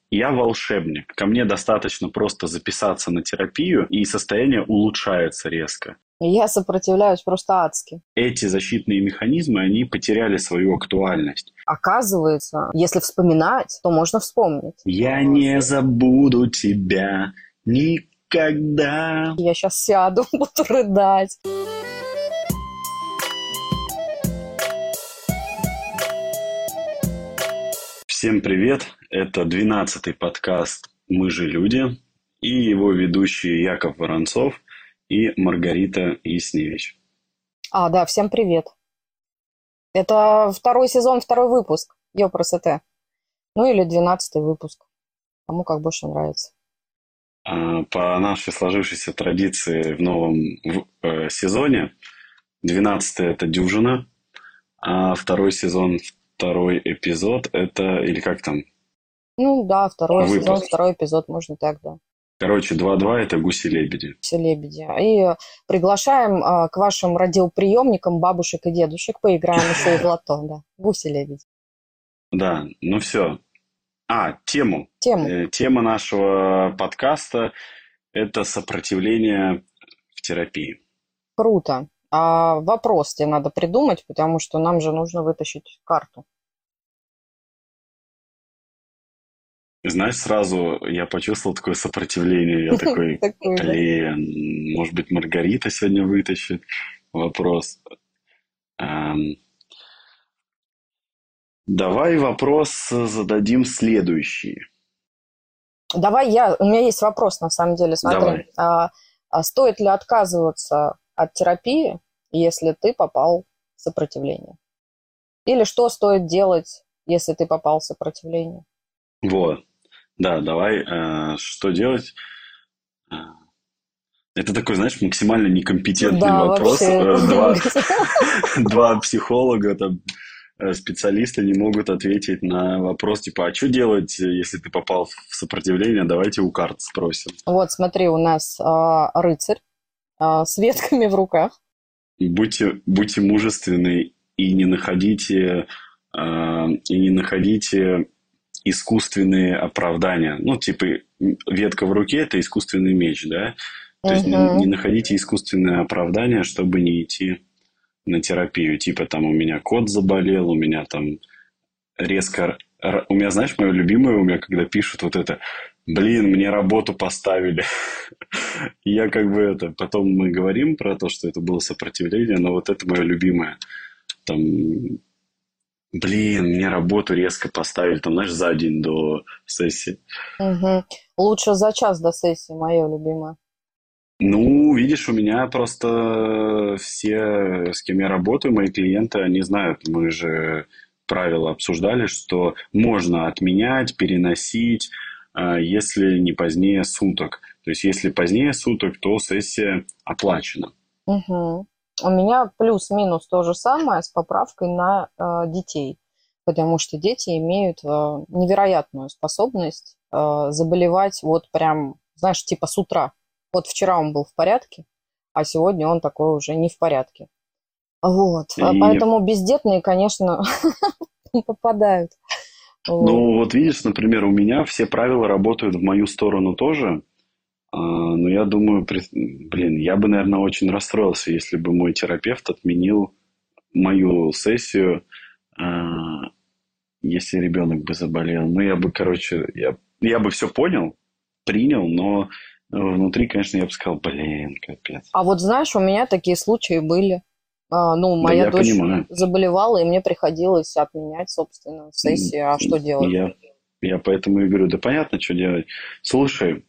Я волшебник. Ко мне достаточно просто записаться на терапию, и состояние улучшается резко. Я сопротивляюсь просто адски. Эти защитные механизмы, они потеряли свою актуальность. Оказывается, если вспоминать, то можно вспомнить. Я не забуду тебя никогда. Я сейчас сяду, буду рыдать. Всем привет! Это 12-й подкаст «Мы же люди» и его ведущие Яков Воронцов и Маргарита Ясневич. Да, всем привет. Это второй сезон, второй выпуск. Ёпросоте. Ну или 12-й выпуск. Кому как больше нравится. По нашей сложившейся традиции в новом сезоне 12-й это дюжина, а второй сезон, второй эпизод это, или как там? Ну да, второй сезон, Выпуск. второй эпизод, можно так, да. Короче, 2-2 это гуси-лебеди. Все лебеди. И приглашаем к вашим радиоприемникам бабушек и дедушек. Поиграем еще и в лото, да. Гуси-лебеди. Да, ну все. Тему. Тему. Тема нашего подкаста – это сопротивление в терапии. Круто. А вопрос тебе надо придумать, потому что нам же нужно вытащить карту. Знаешь, сразу я почувствовал такое сопротивление. Я такой, Такой, да. блин, может быть, Маргарита сегодня вытащит вопрос. Ам, Давай вопрос зададим следующий. Давай у меня есть вопрос, на самом деле, смотри. Давай. Стоит ли отказываться от терапии, если ты попал в сопротивление? Или что стоит делать, если ты попал в сопротивление? Вот. Да, давай. Что делать? А, Это такой, знаешь, максимально некомпетентный Да, вопрос. вообще. Два психолога, там, специалисты не могут ответить на вопрос, типа, а что делать, если ты попал в сопротивление? Давайте у карт спросим. Вот, смотри, у нас рыцарь с ветками в руках. Будьте мужественны и не находите искусственные оправдания. Ну, типа, ветка в руке – это искусственный меч, да? То есть не Угу. находите искусственные оправдания, чтобы не идти на терапию. Типа там у меня кот заболел, у меня там резко... У меня, знаешь, мое любимое у меня, когда пишут вот это, блин, мне работу поставили. И я как бы это... Потом мы говорим про то, что это было сопротивление, но вот это мое любимое. Там, блин, мне работу резко поставили, там, знаешь, за день до сессии. Угу. Лучше за час до сессии, мое любимое. Ну, видишь, у меня просто все, с кем я работаю, мои клиенты, они знают, мы же правила обсуждали, что можно отменять, переносить, если не позднее суток. То есть, если позднее суток, то сессия оплачена. Угу. У меня плюс-минус то же самое с поправкой на детей, потому что дети имеют невероятную способность заболевать вот прям, знаешь, типа с утра. Вот вчера он был в порядке, а сегодня он такой уже не в порядке. Вот, И, поэтому бездетные, конечно, попадают. Вот. ну, вот видишь, например, у меня все правила работают в мою сторону тоже. Но я думаю, блин, я бы, наверное, очень расстроился, если бы мой терапевт отменил мою сессию, а, если ребенок бы заболел. Ну, я бы, короче, я бы все понял, принял, но внутри, конечно, я бы сказал, блин, капец. А вот знаешь, у меня такие случаи были. Ну, Да моя я дочь понимаю. заболевала, и мне приходилось отменять, собственно, М, сессию. А что делать? Я поэтому и говорю, да понятно, что делать. Слушай,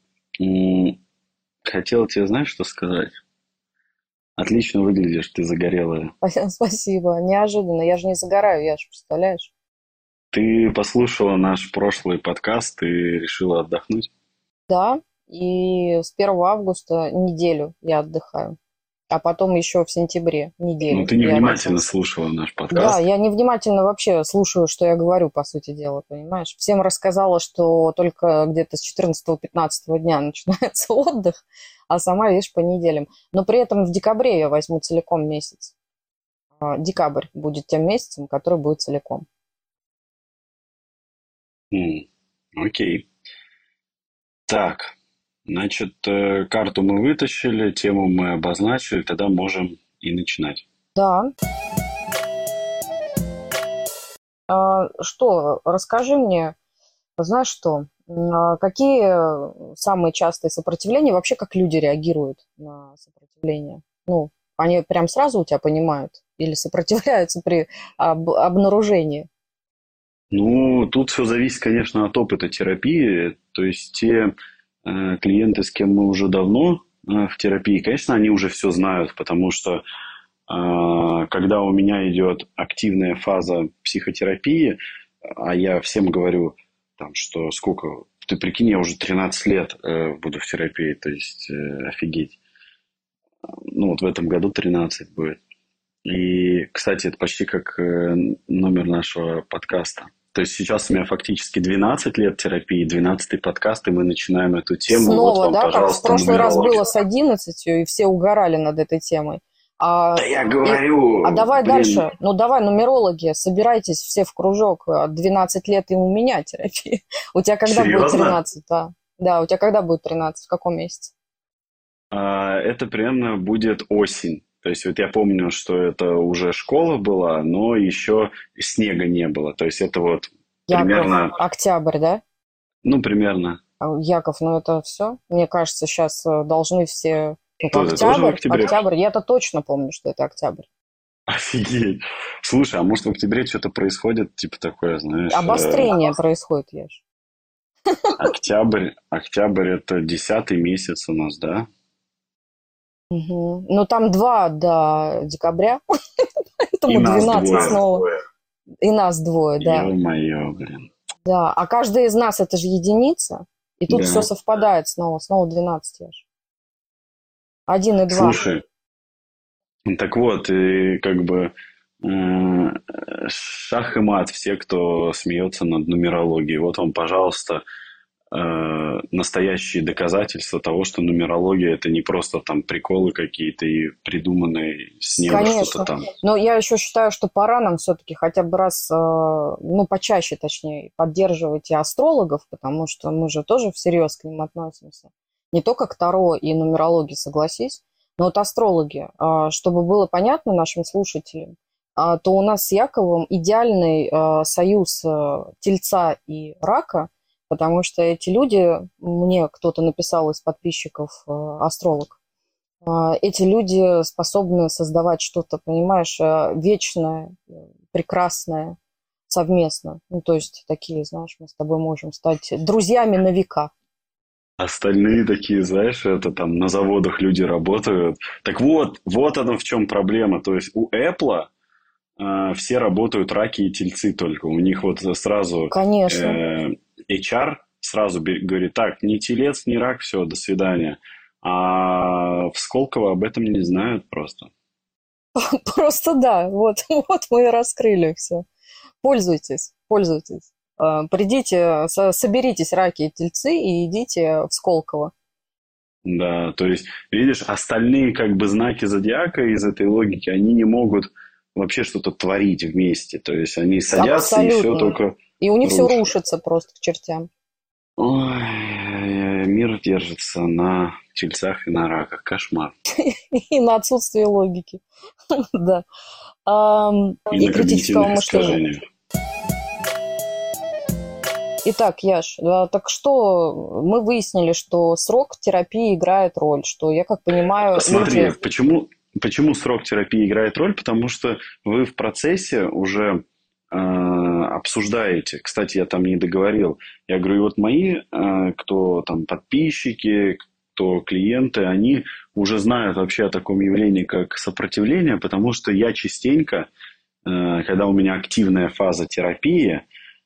хотел тебе, знаешь, что сказать? Отлично выглядишь, ты загорелая. Спасибо. Неожиданно. Я же не загораю, я же, представляешь? Ты послушала наш прошлый подкаст и решила отдохнуть? Да, и с 1 августа неделю я отдыхаю. А потом еще в сентябре Ну, неделю ты я на невнимательно сессии. слушала наш Да, подкаст. я невнимательно вообще слушаю, что я говорю, по сути дела, понимаешь? Всем рассказала, что только где-то с 14-15 дня начинается отдых, а сама, видишь, по неделям. Но при этом в декабре я возьму целиком месяц. Декабрь будет тем месяцем, который будет целиком. Окей. Так, значит, карту мы вытащили, тему мы обозначили, тогда можем и начинать. Да. Что, расскажи мне, знаешь что, какие самые частые сопротивления, вообще как люди реагируют на сопротивление? Ну, они прям сразу у тебя понимают или сопротивляются при обнаружении? Ну, тут все зависит, конечно, от опыта терапии. То есть те клиенты, с кем мы уже давно в терапии, конечно, они уже все знают, потому что когда у меня идет активная фаза психотерапии, а я всем говорю, там, что сколько, ты прикинь, я уже 13 лет буду в терапии, то есть офигеть. Ну, вот в этом году 13 будет. И, кстати, это почти как номер нашего подкаста. То есть сейчас у меня фактически 12 лет терапии, 12-й подкаст, и мы начинаем эту тему. Вот Снова, вам, да, как в пожалуйста, прошлый раз нумерология. было с 11, и все угорали над этой темой. Да я И, говорю, давай блин, дальше. Ну, давай, нумерологи, собирайтесь все в кружок. 12 лет и у меня терапия. У тебя когда будет серьезно? 13? Да. Да, у тебя когда будет 13? В каком месяце? Это примерно будет осень. То есть вот я помню, что это уже школа была, но еще снега не было. То есть это вот Яков, примерно, октябрь, да? ну, примерно. Яков, ну это все. Мне кажется, сейчас должны все... Ну, Что, ты тоже в октябрь, октябре? октябрь. Я-то точно помню, что это октябрь. Офигеть. Слушай, а может в октябре что-то происходит, типа такое, знаешь, Обострение происходит, Яш. октябрь это 10-й месяц у нас, да? Угу. Ну, там 2 до декабря, И поэтому нас 12 двое. снова. И нас двое, да. Ё-моё, блин. Да, а каждый из нас это же единица, и тут все Да. совпадает снова 12, Яш. 1 и 2. Слушай, так вот, и как бы э, шах и мат все, кто смеется над нумерологией. Вот вам, пожалуйста, настоящие доказательства того, что нумерология это не просто там приколы какие-то и придуманные с неба что-то Конечно. там. Но я еще считаю, что пора нам все-таки хотя бы раз, ну, почаще, точнее, поддерживать и астрологов, потому что мы же тоже всерьез к ним относимся. Не только к Таро и нумерологии, согласись, но вот астрологи. Чтобы было понятно нашим слушателям, то у нас с Яковом идеальный союз Тельца и Рака, потому что эти люди, мне кто-то написал из подписчиков, астролог, эти люди способны создавать что-то, понимаешь, вечное, прекрасное совместно. Ну, то есть такие, знаешь, мы с тобой можем стать друзьями на века. Остальные такие, знаешь, это там на заводах люди работают. Так вот, вот оно в чем проблема. То есть у Apple все работают раки и тельцы только. У них вот сразу Конечно. HR сразу говорит, так, ни телец, ни рак, все, до свидания. А в Сколково об этом не знают просто. Просто да, вот, вот мы и раскрыли все. Пользуйтесь, пользуйтесь. Придите, соберитесь, раки и тельцы, и идите в Сколково. Да, то есть, видишь, остальные как бы знаки зодиака из этой логики, они не могут вообще что-то творить вместе. То есть, они садятся и все Абсолютно. только И у них все рушат. рушится просто к чертям. Ой, мир держится на тельцах и на раках. Кошмар. И на отсутствие логики. Да. И И на критического когнитивных мышления. искажениях. Итак, Яш, так что мы выяснили, что срок терапии играет роль, что, я как понимаю, Смотри, люди... почему срок терапии играет роль? Потому что вы в процессе уже обсуждаете. Кстати, я там не договорил. Я говорю, и вот мои, кто там подписчики, кто клиенты, они уже знают вообще о таком явлении, как сопротивление, потому что я частенько, когда у меня активная фаза терапии,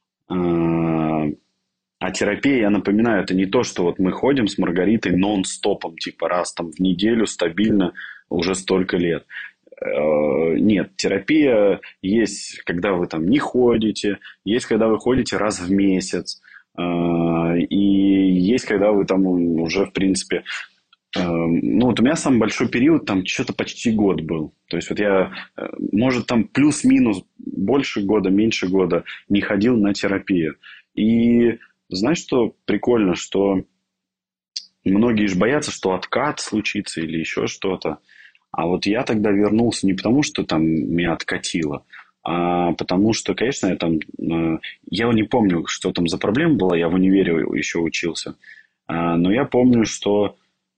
а терапия, я напоминаю, это не то, что вот мы ходим с Маргаритой нон-стопом, типа раз там в неделю стабильно уже столько лет. Нет, терапия есть, когда вы там не ходите, есть, когда вы ходите раз в месяц, и есть, когда вы там уже, в принципе, ну, вот у меня самый большой период, там, что-то почти год был. То есть, вот я, может, там плюс-минус больше года, меньше года не ходил на терапию. И знаешь, что прикольно, что многие же боятся, что откат случится или еще что-то. А вот я тогда вернулся не потому, что там меня откатило, а потому что, конечно, я не помню, что там за проблема была, я в универе еще учился. Но я помню, что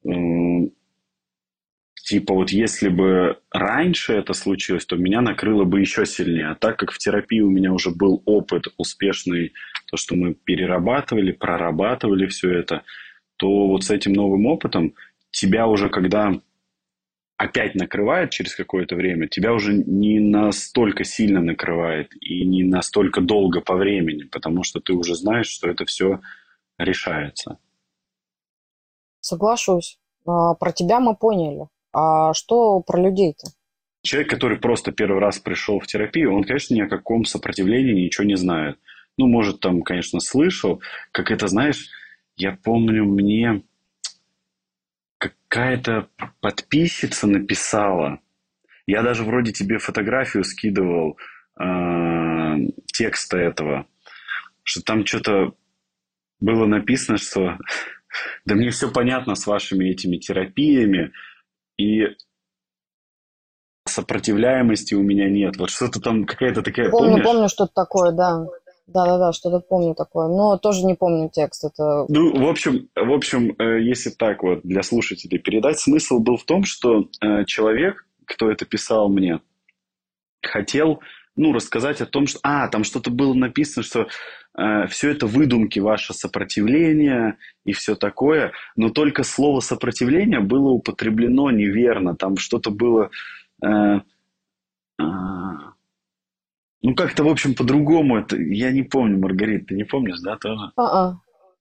типа вот если бы раньше это случилось, то меня накрыло бы еще сильнее. А так как в терапии у меня уже был опыт успешный, то, что мы перерабатывали, прорабатывали все это, то вот с этим новым опытом тебя уже, когда опять накрывает через какое-то время, тебя уже не настолько сильно накрывает и не настолько долго по времени, потому что ты уже знаешь, что это все решается. Соглашусь. Про тебя мы поняли. А что про людей-то? Человек, который просто первый раз пришел в терапию, он, конечно, ни о каком сопротивлении ничего не знает. Ну, может, там, конечно, слышал, как это, знаешь, я помню, мне какая-то подписчица написала, я даже вроде тебе фотографию скидывал текста этого, что там что-то было написано, что да мне все понятно с вашими этими терапиями, и сопротивляемости у меня нет. Вот что-то там какая-то такая, Помню, помнишь? помню что-то такое, да. Да-да-да, что-то помню такое. Но тоже не помню текст. Это... Ну, в общем, если так вот для слушателей передать, смысл был в том, что человек, кто это писал мне, хотел, ну, рассказать о том, что, там что-то было написано, что все это выдумки, ваше сопротивление и все такое, но только слово сопротивление было употреблено неверно, там что-то было, э, а, ну, как-то, в общем, по-другому это, я не помню, Маргарита, ты не помнишь, да, тоже? А-а.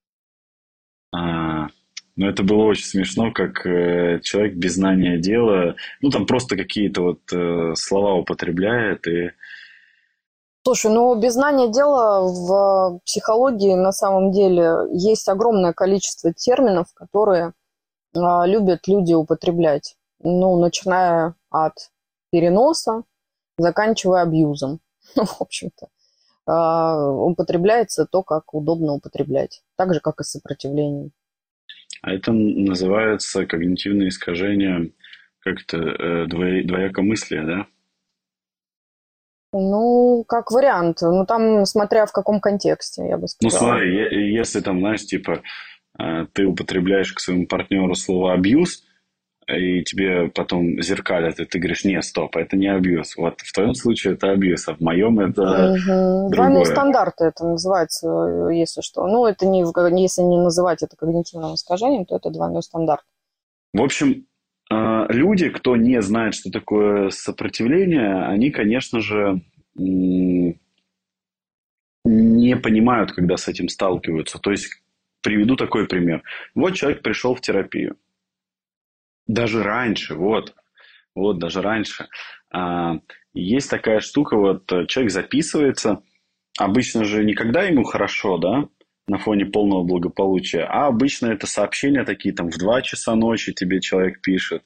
А, ну, это было очень смешно, как человек без знания дела, ну, там просто какие-то вот слова употребляет, и Слушай, ну без знания дела в психологии на самом деле есть огромное количество терминов, которые любят люди употреблять. Ну, начиная от переноса, заканчивая абьюзом. Ну, в общем-то, употребляется то, как удобно употреблять. Так же, как и сопротивление. а это называется когнитивное искажение, как-то двоякомыслие, да? Ну, как вариант. Ну, там, смотря в каком контексте, я бы Ну, сказала. смотри, если там, знаешь, типа, ты употребляешь к своему партнеру слово абьюз, и тебе потом зеркалят, и ты говоришь, не, стоп, это не абьюз. Вот в твоем случае это абьюз, а в моем это Мгм. Двойные другое. стандарты это называется, если что. Ну, это не, если не называть это когнитивным искажением, то это двойной стандарт. В общем, люди, кто не знает, что такое сопротивление, они, конечно же, не понимают, когда с этим сталкиваются. То есть, приведу такой пример. Вот человек пришел в терапию. Даже раньше, вот даже раньше. А, Есть такая штука, вот человек записывается, обычно же никогда ему хорошо, да, на фоне полного благополучия, а обычно это сообщения такие, там, в 2 часа ночи тебе человек пишет,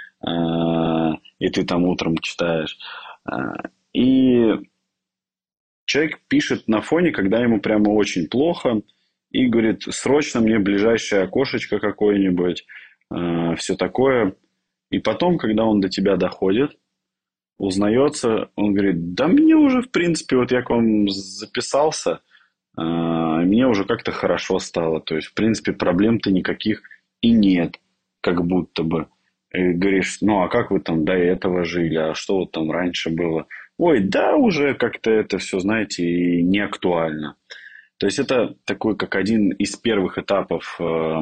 и ты там утром читаешь. И человек пишет на фоне, когда ему прямо очень плохо, и говорит, срочно мне ближайшее окошечко какое-нибудь, все такое. И потом, когда он до тебя доходит, узнается, он говорит, да мне уже, в принципе, вот я к вам записался, мне уже как-то хорошо стало. То есть, в принципе, проблем-то никаких и нет, как будто бы. И говоришь, ну а как вы там до этого жили, а что вот там раньше было? Ой, да, уже как-то это все, знаете, и не актуально. То есть это такой, как один из первых этапов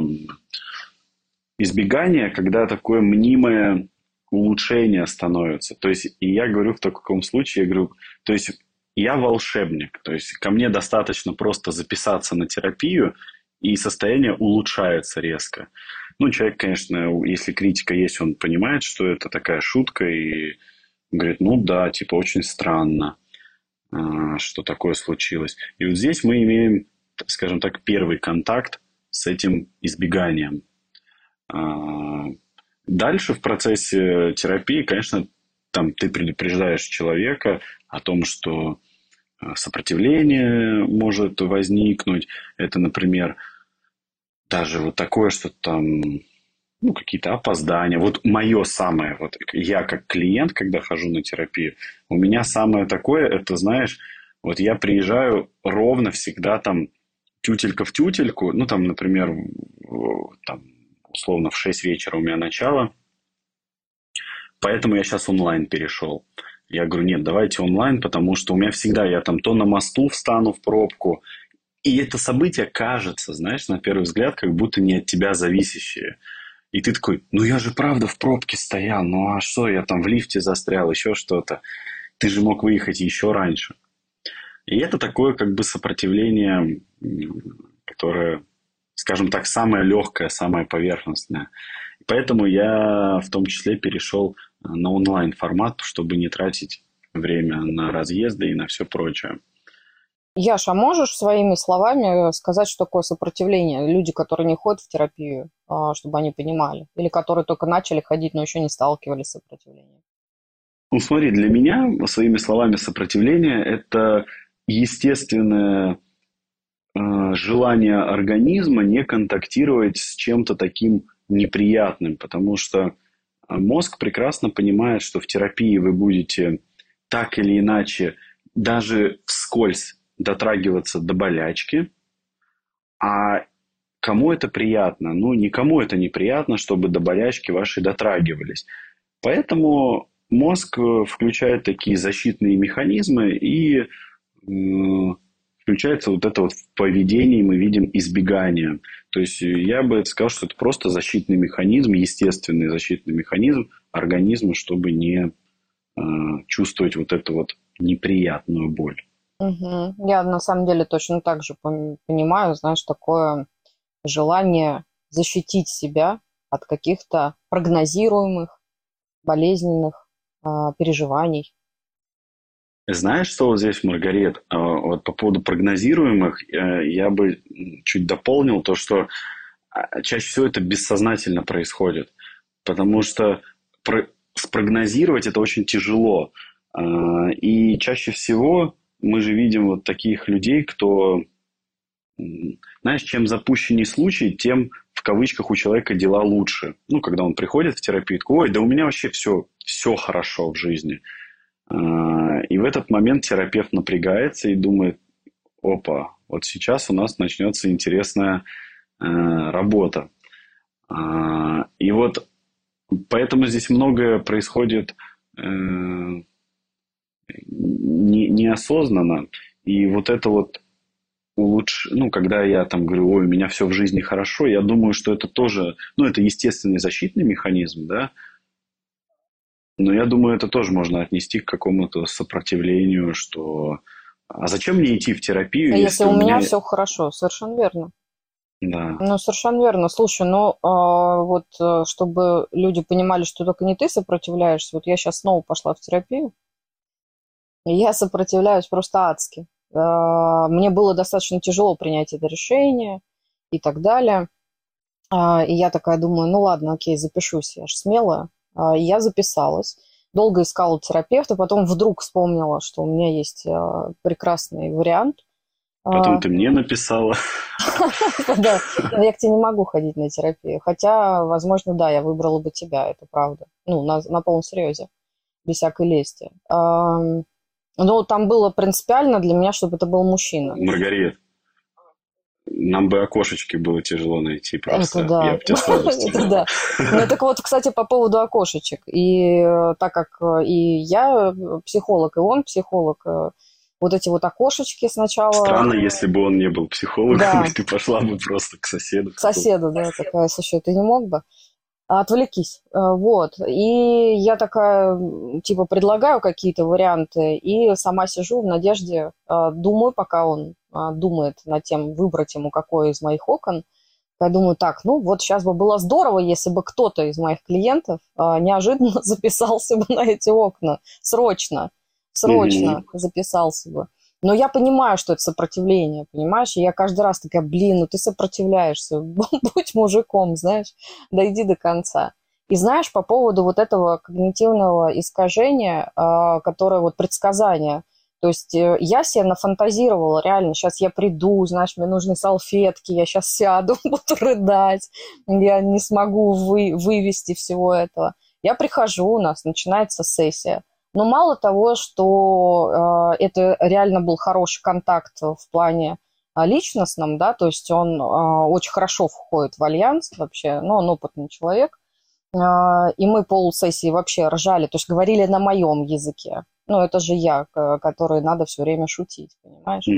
избегания, когда такое мнимое улучшение становится. То есть, и я говорю в таком случае, я говорю, то есть я волшебник, то есть ко мне достаточно просто записаться на терапию, и состояние улучшается резко. Ну, человек, конечно, если критика есть, он понимает, что это такая шутка, и говорит, ну да, типа очень странно, что такое случилось. И вот здесь мы имеем, скажем так, первый контакт с этим избеганием. А, Дальше в процессе терапии, конечно, там ты предупреждаешь человека о том, что сопротивление может возникнуть. Это, например, даже вот такое, что там, ну, какие-то опоздания. Вот мое самое, вот я как клиент, когда хожу на терапию, у меня самое такое, это, знаешь, вот я приезжаю ровно всегда там тютелька в тютельку, ну, там, например, там, условно, в 6 вечера у меня начало, поэтому я сейчас онлайн перешел. Я говорю, нет, давайте онлайн, потому что у меня всегда, я там то на мосту встану в пробку, и это событие кажется, знаешь, на первый взгляд, как будто не от тебя зависящее. И ты такой, ну я же правда в пробке стоял, ну а что, я там в лифте застрял, еще что-то. Ты же мог выехать еще раньше. И это такое как бы сопротивление, которое, скажем так, самое легкое, самое поверхностное. И поэтому я в том числе перешел на онлайн формат, чтобы не тратить время на разъезды и на все прочее. Яш, а можешь своими словами сказать, что такое сопротивление? Люди, которые не ходят в терапию, чтобы они понимали. Или которые только начали ходить, но еще не сталкивались с сопротивлением. Ну, смотри, для меня, своими словами, сопротивление – это естественное желание организма не контактировать с чем-то таким неприятным, потому что мозг прекрасно понимает, что в терапии вы будете так или иначе даже вскользь дотрагиваться до болячки, а кому это приятно? Ну, никому это не приятно, чтобы до болячки вашей дотрагивались. Поэтому мозг включает такие защитные механизмы и включается вот это вот в поведении, мы видим избегание. То есть я бы сказал, что это просто защитный механизм, естественный защитный механизм организма, чтобы не чувствовать вот эту вот неприятную боль. Угу. Я на самом деле точно так же понимаю, знаешь, такое желание защитить себя от каких-то прогнозируемых, болезненных переживаний. Знаешь, что вот здесь, Маргарет, вот по поводу прогнозируемых, я бы чуть дополнил то, что чаще всего это бессознательно происходит, потому что спрогнозировать это очень тяжело. И чаще всего мы же видим вот таких людей, кто, знаешь, чем запущенней случай, тем в кавычках у человека дела лучше. Ну, когда он приходит в терапию, такой, ой, да у меня вообще все хорошо в жизни. И в этот момент терапевт напрягается и думает, опа, вот сейчас у нас начнется интересная работа. И вот поэтому здесь многое происходит неосознанно. И вот это вот ну, когда я там говорю, ой, у меня все в жизни хорошо, я думаю, что это тоже, ну, это естественный защитный механизм, да, но я думаю, это тоже можно отнести к какому-то сопротивлению, что а зачем мне идти в терапию, А если если у у меня меня... все хорошо, совершенно верно. Да. Ну, совершенно верно. Слушай, ну, вот, чтобы люди понимали, что только не ты сопротивляешься, вот я сейчас снова пошла в терапию, и я сопротивляюсь просто адски. Мне было достаточно тяжело принять это решение и так далее. И я такая думаю, ну ладно, окей, запишусь, я же смелая. И я записалась. Долго искала терапевта, потом вдруг вспомнила, что у меня есть прекрасный вариант. Потом ты мне написала. Да, но я к тебе не могу ходить на терапию. Хотя, возможно, да, я выбрала бы тебя, это правда. Ну, на полном серьезе, без всякой лести. Но там было принципиально для меня, чтобы это был мужчина. Маргарет, нам бы окошечки было тяжело найти Это просто. Я да, бы тебе сразу это сказал. да. Ну, так вот, кстати, по поводу окошечек. И так как и я психолог, и он психолог, вот эти вот окошечки сначала... Странно, если бы он не был психологом, Да, и ты пошла бы просто к соседу. к соседу, да, такая, слушай, ты не мог бы? Отвлекись. Вот. И я такая, типа, предлагаю какие-то варианты и сама сижу в надежде, думаю, пока он думает над тем, выбрать ему какое из моих окон. Я думаю, так, ну вот сейчас бы было здорово, если бы кто-то из моих клиентов неожиданно записался бы на эти окна. Срочно, Мгм. срочно записался бы. Но я понимаю, что это сопротивление, понимаешь? И я каждый раз такая, блин, ну ты сопротивляешься, будь мужиком, знаешь, дойди до конца. И знаешь, по поводу вот этого когнитивного искажения, которое вот предсказание, То есть я себе нафантазировала, реально, сейчас я приду, знаешь, мне нужны салфетки, я сейчас сяду, буду рыдать, я не смогу вывести всего этого. Я прихожу, у нас начинается сессия. Но мало того, что это реально был хороший контакт в плане личностном, да, то есть он очень хорошо входит в альянс вообще, ну, он опытный человек, и мы полсессии вообще ржали, то есть говорили на моем языке. Ну, это же я, который надо все время шутить, понимаешь?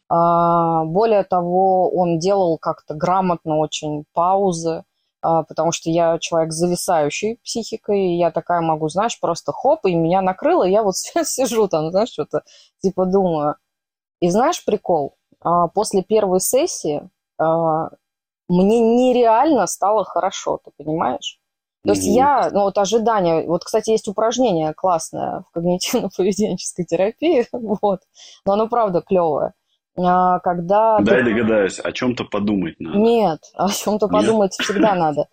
Более того, он делал как-то грамотно очень паузы, потому что я человек с зависающей психикой, и я такая могу, знаешь, просто хоп, и меня накрыло, и я вот сижу там, знаешь, что-то типа думаю. И знаешь прикол? После первой сессии мне нереально стало хорошо, ты понимаешь? То есть я, ну вот ожидание, вот, кстати, есть упражнение классное в когнитивно-поведенческой терапии, вот, но оно правда клевое. Когда Дай догадаюсь, о чем-то подумать надо. Нет, о чем-то подумать всегда надо.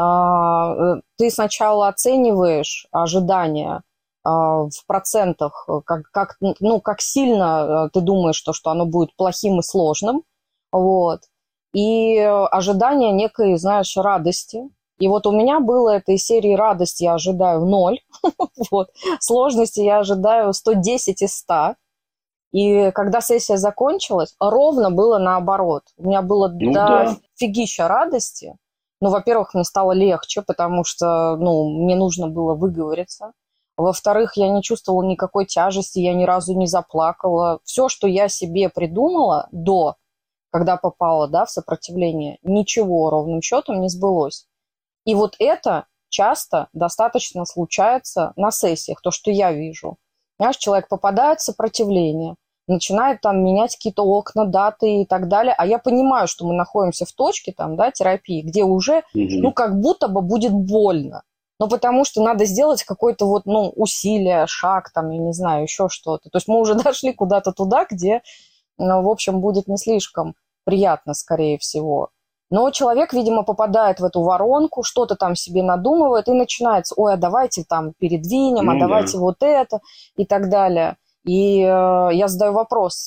Ты сначала оцениваешь ожидания в процентах, как сильно ты думаешь, что оно будет плохим и сложным, вот, и ожидание некой, знаешь, радости. И вот у меня было это из серии радости я ожидаю 0, вот, сложности я ожидаю 110 из 100. И когда сессия закончилась, ровно было наоборот. У меня было дофигища радости. Ну, во-первых, мне стало легче, потому что, мне нужно было выговориться. Во-вторых, я не чувствовала никакой тяжести, я ни разу не заплакала. Все, что я себе придумала когда попала, в сопротивление, ничего ровным счетом не сбылось. И вот это часто достаточно случается на сессиях, то, что я вижу. Знаешь, человек попадает в сопротивление, начинает там менять какие-то окна, даты и так далее, а я понимаю, что мы находимся в точке там, терапии, где уже, как будто бы будет больно. Но потому что надо сделать какое-то усилие, шаг, там, я не знаю, еще что-то. То есть мы уже дошли куда-то туда, где, в общем, будет не слишком приятно, скорее всего. Но человек, видимо, попадает в эту воронку, что-то там себе надумывает, и начинается, ой, а давайте там передвинем, а давайте вот это, и так далее. И я задаю вопрос,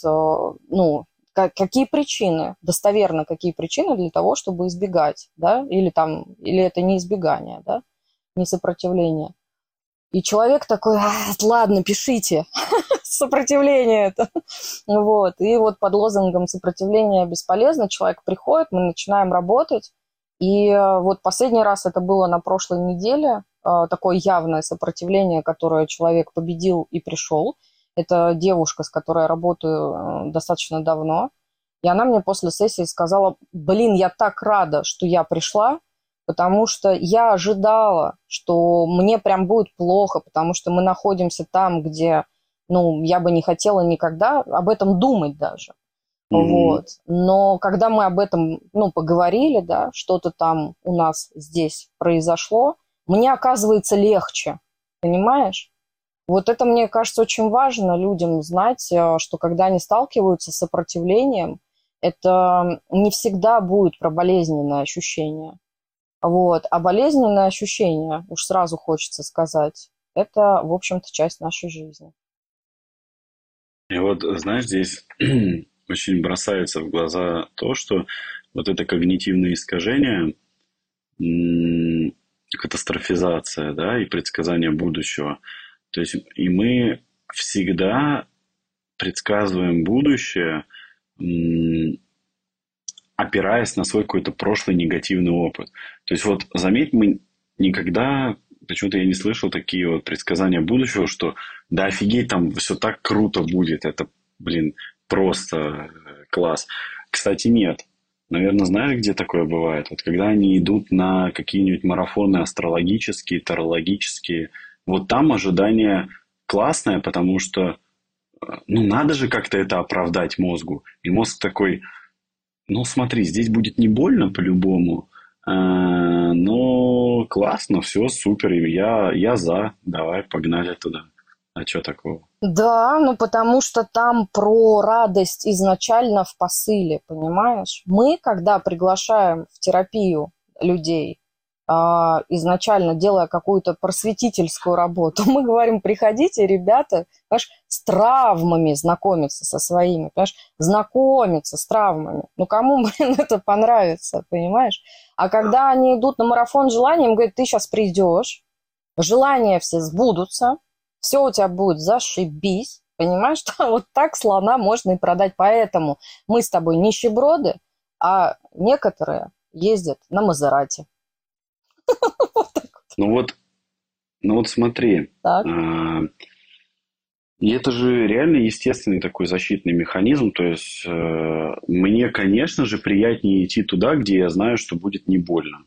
какие причины, достоверно какие причины для того, чтобы избегать, или это не избегание, не сопротивление. И человек такой, ладно, пишите, сопротивление это. Вот. И вот под лозунгом «сопротивление бесполезно» человек приходит, мы начинаем работать. И вот последний раз это было на прошлой неделе, такое явное сопротивление, которое человек победил и пришел. Это девушка, с которой я работаю достаточно давно. И она мне после сессии сказала, я так рада, что я пришла, потому что я ожидала, что мне прям будет плохо, потому что мы находимся там, где, я бы не хотела никогда об этом думать даже. Вот. Но когда мы об этом, поговорили, что-то там у нас здесь произошло, мне оказывается легче, понимаешь? Вот это, мне кажется, очень важно людям знать, что когда они сталкиваются с сопротивлением, это не всегда будет про болезненное ощущение. Вот. А болезненное ощущение, уж сразу хочется сказать, это, в общем-то, часть нашей жизни. И вот, знаешь, здесь очень бросается в глаза то, что вот это когнитивное искажение, катастрофизация, и предсказание будущего. То есть и мы всегда предсказываем будущее, опираясь на свой какой-то прошлый негативный опыт. То есть вот заметь, мы никогда, почему-то я не слышал такие вот предсказания будущего, что да офигеть, там все так круто будет, это, просто класс. Кстати, нет. Наверное, знаешь, где такое бывает? Вот когда они идут на какие-нибудь марафоны астрологические, тарологические, вот там ожидание классное, потому что, надо же как-то это оправдать мозгу. И мозг такой, смотри, здесь будет не больно по-любому, но классно, все, супер, я за, давай, погнали туда. А что такого? Да, потому что там про радость изначально в посыле, понимаешь? Мы, когда приглашаем в терапию людей, изначально делая какую-то просветительскую работу, мы говорим, приходите, ребята, понимаешь, с травмами знакомиться со своими, понимаешь, знакомиться с травмами. Ну, кому, блин, это понравится, понимаешь? А когда они идут на марафон желаний, им говорят, ты сейчас придешь, желания все сбудутся, все у тебя будет зашибись, понимаешь, что вот так слона можно и продать. Поэтому мы с тобой нищеброды, а некоторые ездят на Мазерати. Ну вот, ну вот смотри, Так. и это же реально естественный такой защитный механизм. То есть мне, конечно же, приятнее идти туда, где я знаю, что будет не больно.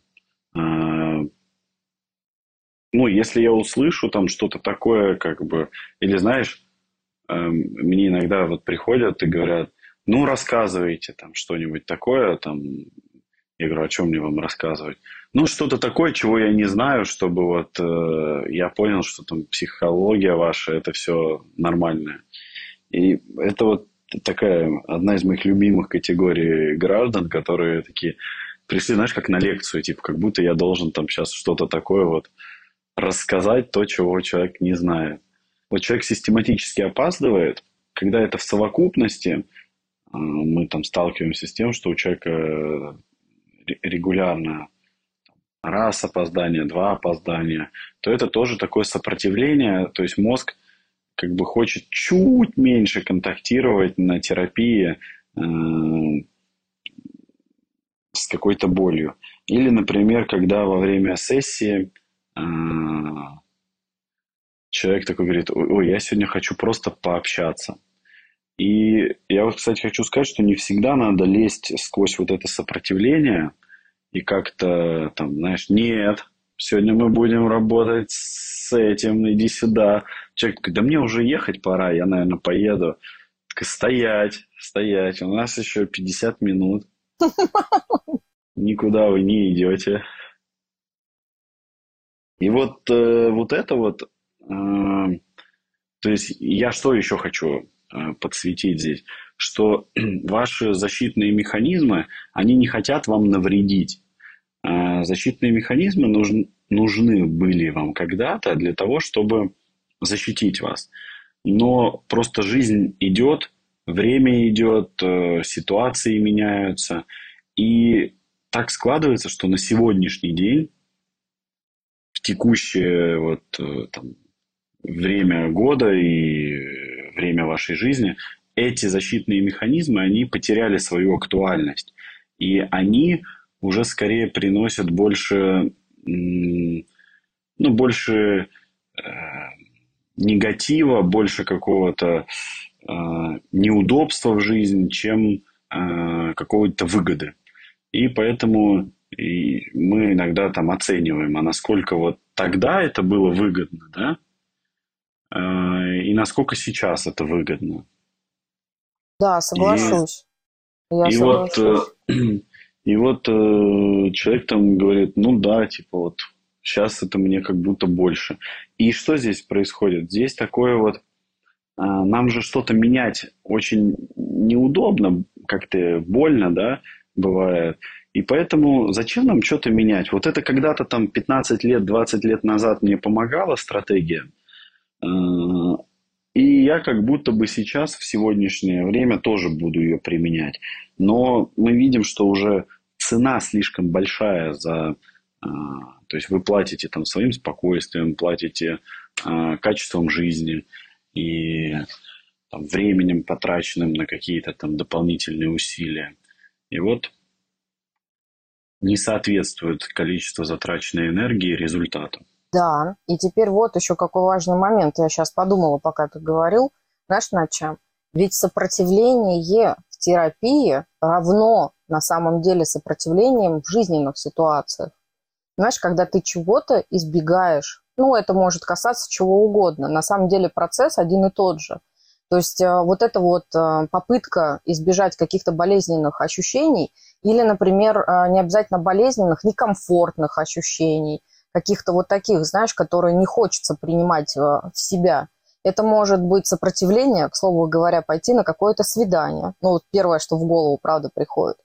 Ну, если я услышу там что-то такое, как бы, или знаешь, мне иногда вот приходят и говорят, ну, рассказывайте там что-нибудь такое, там, я говорю, о чем мне вам рассказывать? Ну, что-то такое, чего я не знаю, чтобы вот я понял, что там психология ваша, это все нормальное. И это вот такая одна из моих любимых категорий граждан, которые такие пришли, знаешь, как на лекцию, типа, как будто я должен там сейчас что-то такое вот рассказать, то, чего человек не знает. Вот человек систематически опаздывает, когда это в совокупности, мы там сталкиваемся с тем, что у человека регулярно раз опоздание, два опоздания, то это тоже такое сопротивление, то есть мозг как бы хочет чуть меньше контактировать на терапии с какой-то болью. Или, например, когда во время сессии человек такой говорит, ой, я сегодня хочу просто пообщаться. И я вот, кстати, хочу сказать, что не всегда надо лезть сквозь вот это сопротивление и как-то там, знаешь, нет, сегодня мы будем работать с этим, иди сюда. Человек такой, да мне уже ехать пора, я, наверное, поеду. Так, стоять, стоять, у нас еще 50 минут. Никуда вы не идете. И вот, вот это вот, то есть я что еще хочу подсветить здесь, что ваши защитные механизмы, они не хотят вам навредить. Защитные механизмы нужны были вам когда-то для того, чтобы защитить вас. Но просто жизнь идет, время идет, ситуации меняются. И так складывается, что на сегодняшний день, в текущее вот, там, время года и время вашей жизни, эти защитные механизмы, они потеряли свою актуальность. И они уже скорее приносят больше, ну, больше негатива, больше какого-то неудобства в жизни, чем какой-то выгоды. И поэтому мы иногда там оцениваем, а насколько вот тогда это было выгодно, да, и насколько сейчас это выгодно. Да, соглашусь. Я И вот, соглашусь. и вот человек там говорит, ну да, типа вот сейчас это мне как будто больше. И что здесь происходит? Здесь такое вот, нам же что-то менять очень неудобно, как-то больно, да, бывает. И поэтому зачем нам что-то менять? Вот это когда-то там 15 лет, 20 лет назад мне помогала стратегия. И я как будто бы сейчас, в сегодняшнее время, тоже буду ее применять. Но мы видим, что уже цена слишком большая за... То есть вы платите там своим спокойствием, платите качеством жизни и там, временем, потраченным на какие-то там дополнительные усилия. И вот не соответствует количество затраченной энергии результату. Да, и теперь вот еще какой важный момент. Я сейчас подумала, пока ты говорил. Знаешь, над чем? Ведь сопротивление в терапии равно на самом деле сопротивлением в жизненных ситуациях. Знаешь, когда ты чего-то избегаешь, ну, это может касаться чего угодно. На самом деле процесс один и тот же. То есть вот эта вот попытка избежать каких-то болезненных ощущений или, например, не обязательно болезненных, некомфортных ощущений, каких-то вот таких, знаешь, которые не хочется принимать в себя. Это может быть сопротивление, к слову говоря, пойти на какое-то свидание. Ну, вот первое, что в голову, правда, приходит.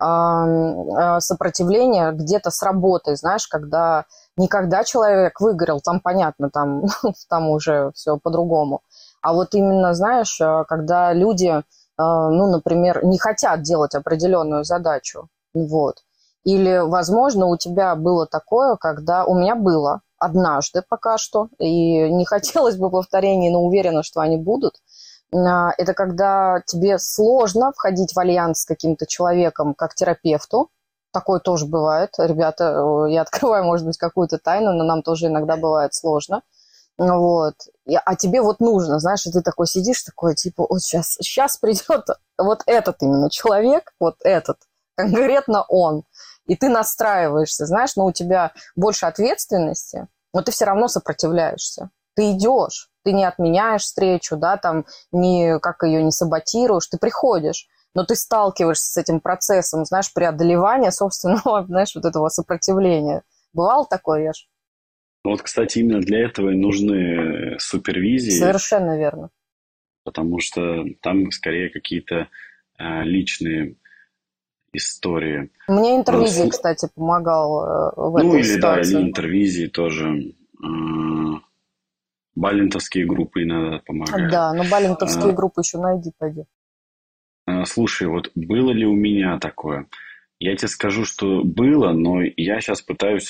сопротивление где-то с работой, знаешь, когда никогда человек выгорел, там понятно, там, там уже все по-другому. А вот именно, знаешь, когда люди, ну, например, не хотят делать определенную задачу, вот. Или, возможно, у тебя было такое, когда у меня было однажды пока что, и не хотелось бы повторений, но уверена, что они будут. Это когда тебе сложно входить в альянс с каким-то человеком как терапевту. Такое тоже бывает. Ребята, я открываю, может быть, какую-то тайну, но нам тоже иногда бывает сложно. Вот. А тебе вот нужно, знаешь, и ты такой сидишь, такой, типа, вот сейчас придет вот этот именно человек, вот этот, конкретно он. И ты настраиваешься, знаешь, но у тебя больше ответственности, но ты все равно сопротивляешься. Ты идешь, ты не отменяешь встречу, да, там, как ее не саботируешь, ты приходишь, но ты сталкиваешься с этим процессом, знаешь, преодолевания собственного, знаешь, вот этого сопротивления. Бывало такое, Яш? Ну вот, кстати, именно для этого и нужны супервизии, Совершенно верно. потому что там скорее какие-то личные истории. Мне А, интервизия, кстати, помогал в Ну этой или да, или ситуации. интервизии тоже. Баллинтовские группы иногда помогают. Да, но балентовские А, группы еще найди, пойди. Слушай, вот было ли у меня такое? Я тебе скажу, что было, но я сейчас пытаюсь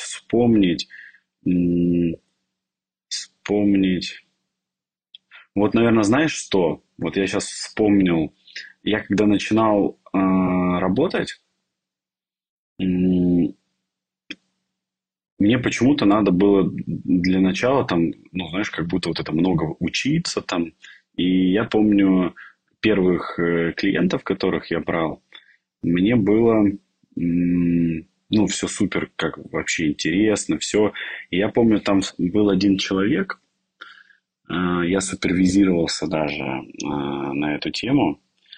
м, вспомнить. Вот, наверное, знаешь что? Вот я сейчас вспомнил. Я когда начинал работать, м, мне почему-то надо было для начала там, ну, знаешь, как будто вот это много учиться там. И я помню первых клиентов, которых я брал, мне было, ну, все супер, как вообще интересно, все. И я помню, там был один человек, я супервизировался даже на эту тему.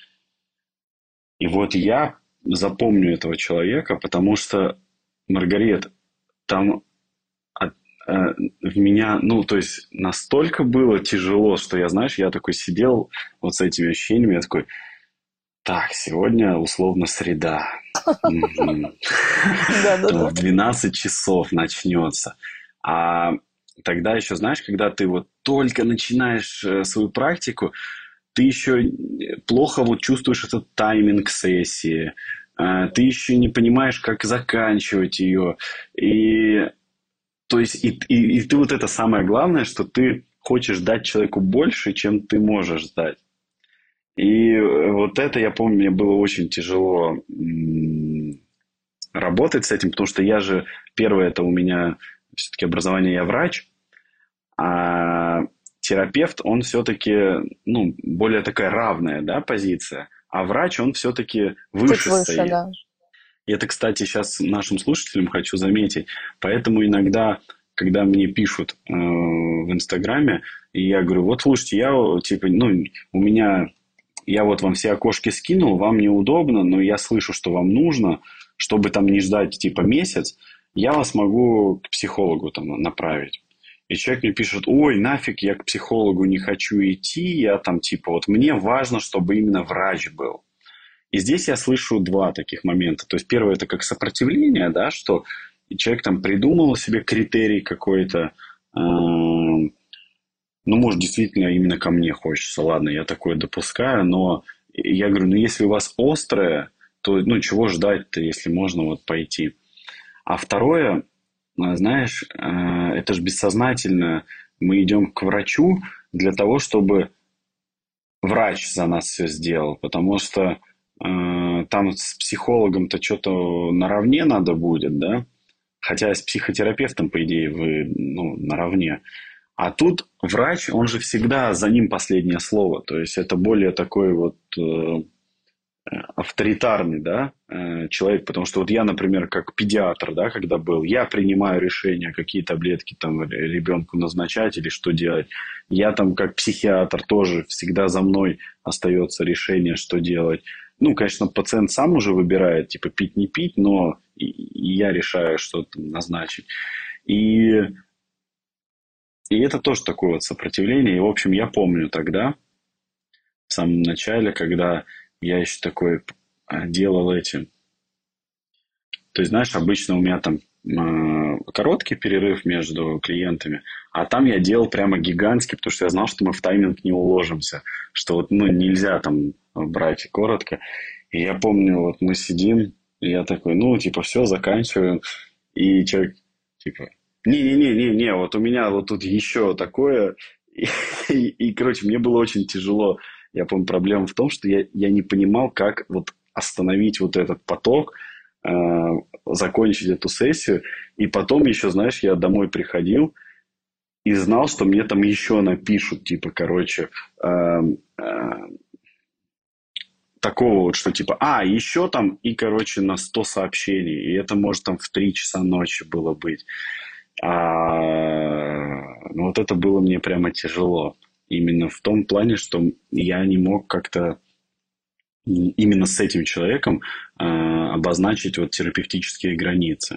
И вот я запомню этого человека, потому что, Маргарет, там от- в меня, ну, то есть, настолько было тяжело, что я, знаешь, я такой сидел вот с этими ощущениями, я такой, так, сегодня условно среда. Мгм. Там Да-да-да. в 12 часов начнется. А тогда еще, знаешь, когда ты вот только начинаешь свою практику, ты еще плохо вот чувствуешь этот тайминг сессии, ты еще не понимаешь, как заканчивать ее. И то есть и ты вот это самое главное, что ты хочешь дать человеку больше, чем ты можешь дать. И вот это, я помню, мне было очень тяжело работать с этим, потому что я же, первое, это у меня все-таки образование, я врач, а терапевт, он все-таки, ну, более такая равная, да, позиция, а врач, он все-таки Чуть выше выше, стоит. да. И это, кстати, сейчас нашим слушателям хочу заметить. Поэтому иногда, когда мне пишут в Инстаграме, и я говорю, вот слушайте, я типа, ну, у меня, я вот вам все окошки скинул, вам неудобно, но я слышу, что вам нужно, чтобы там не ждать типа месяц, я вас могу к психологу там направить. И человек мне пишет, ой, нафиг, я к психологу не хочу идти, я там типа, вот мне важно, чтобы именно врач был. И здесь я слышу два таких момента. То есть, первое, это как сопротивление, да, что человек там придумал себе критерий какой-то, ну, может, действительно именно ко мне хочется, ладно, я такое допускаю, но я говорю, ну, если у вас острое, то, ну, чего ждать-то, если можно вот пойти. А второе, знаешь, это же бессознательно, мы идем к врачу для того, чтобы врач за нас все сделал, потому что там с психологом-то что-то наравне надо будет, да? Хотя с психотерапевтом, по идее, вы ну, наравне. А тут врач, он же всегда за ним последнее слово. То есть это более такой вот авторитарный, да, человек, потому что вот я, например, как педиатр, да, когда был, я принимаю решение, какие таблетки там ребенку назначать или что делать. Я там как психиатр тоже всегда за мной остается решение, что делать. Ну, конечно, пациент сам уже выбирает, типа, пить, не пить, но и я решаю, что там назначить. И, и это тоже такое вот сопротивление. И, в общем, я помню тогда, в самом начале, когда я еще такой делал эти То есть, знаешь, обычно у меня там короткий перерыв между клиентами, а там я делал прямо гигантский, потому что я знал, что мы в тайминг не уложимся, что вот, ну, нельзя там брать коротко. И я помню, вот мы сидим, и я такой, ну, типа, все, заканчиваем. И человек, типа, не-не-не-не-не, вот у меня вот тут еще такое. Короче, мне было очень тяжело. Я помню, проблема в том, что я не понимал, как вот остановить вот этот поток, э, закончить эту сессию. И потом еще, знаешь, я домой приходил и знал, что мне там еще напишут, типа, короче, такого вот, что типа, еще там и, короче, на 100 сообщений. И это может там в 3 часа ночи было быть. Ну, вот это было мне прямо тяжело. Именно в том плане, что я не мог как-то именно с этим человеком обозначить вот терапевтические границы.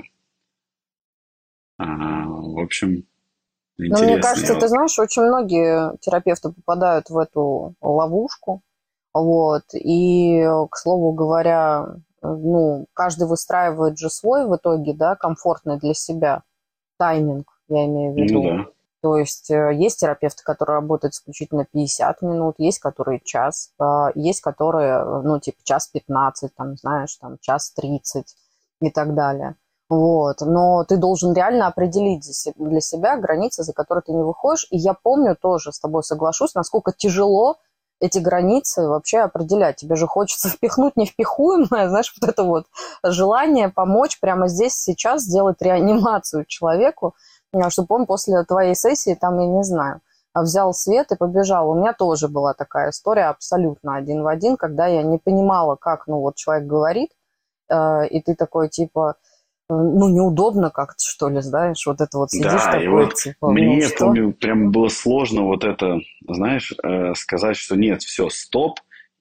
В общем, Но мне интересно. кажется, ты знаешь, очень многие терапевты попадают в эту ловушку. Вот. И, к слову говоря, ну, каждый выстраивает же свой в итоге, да, комфортный для себя тайминг, я имею в Ну виду. да. То есть есть терапевты, которые работают исключительно 50 минут, есть которые час, есть которые, ну, типа час 15, там, знаешь, там, час 30 и так далее. Вот. Но ты должен реально определить для себя границы, за которые ты не выходишь. И я помню тоже, с тобой соглашусь, насколько тяжело эти границы вообще определять. Тебе же хочется впихнуть невпихуемое, знаешь, вот это вот желание помочь прямо здесь, сейчас, сделать реанимацию человеку, чтобы он после твоей сессии, там, я не знаю, взял свет и побежал. У меня тоже была такая история абсолютно один в один, когда я не понимала, как, ну, вот человек говорит, и ты такой, типа, ну, неудобно как-то, что ли, знаешь, вот это вот сидишь Да, и такой, вот типа, ну, мне, я что? помню, прям было сложно вот это, знаешь, сказать, что нет, все, стоп,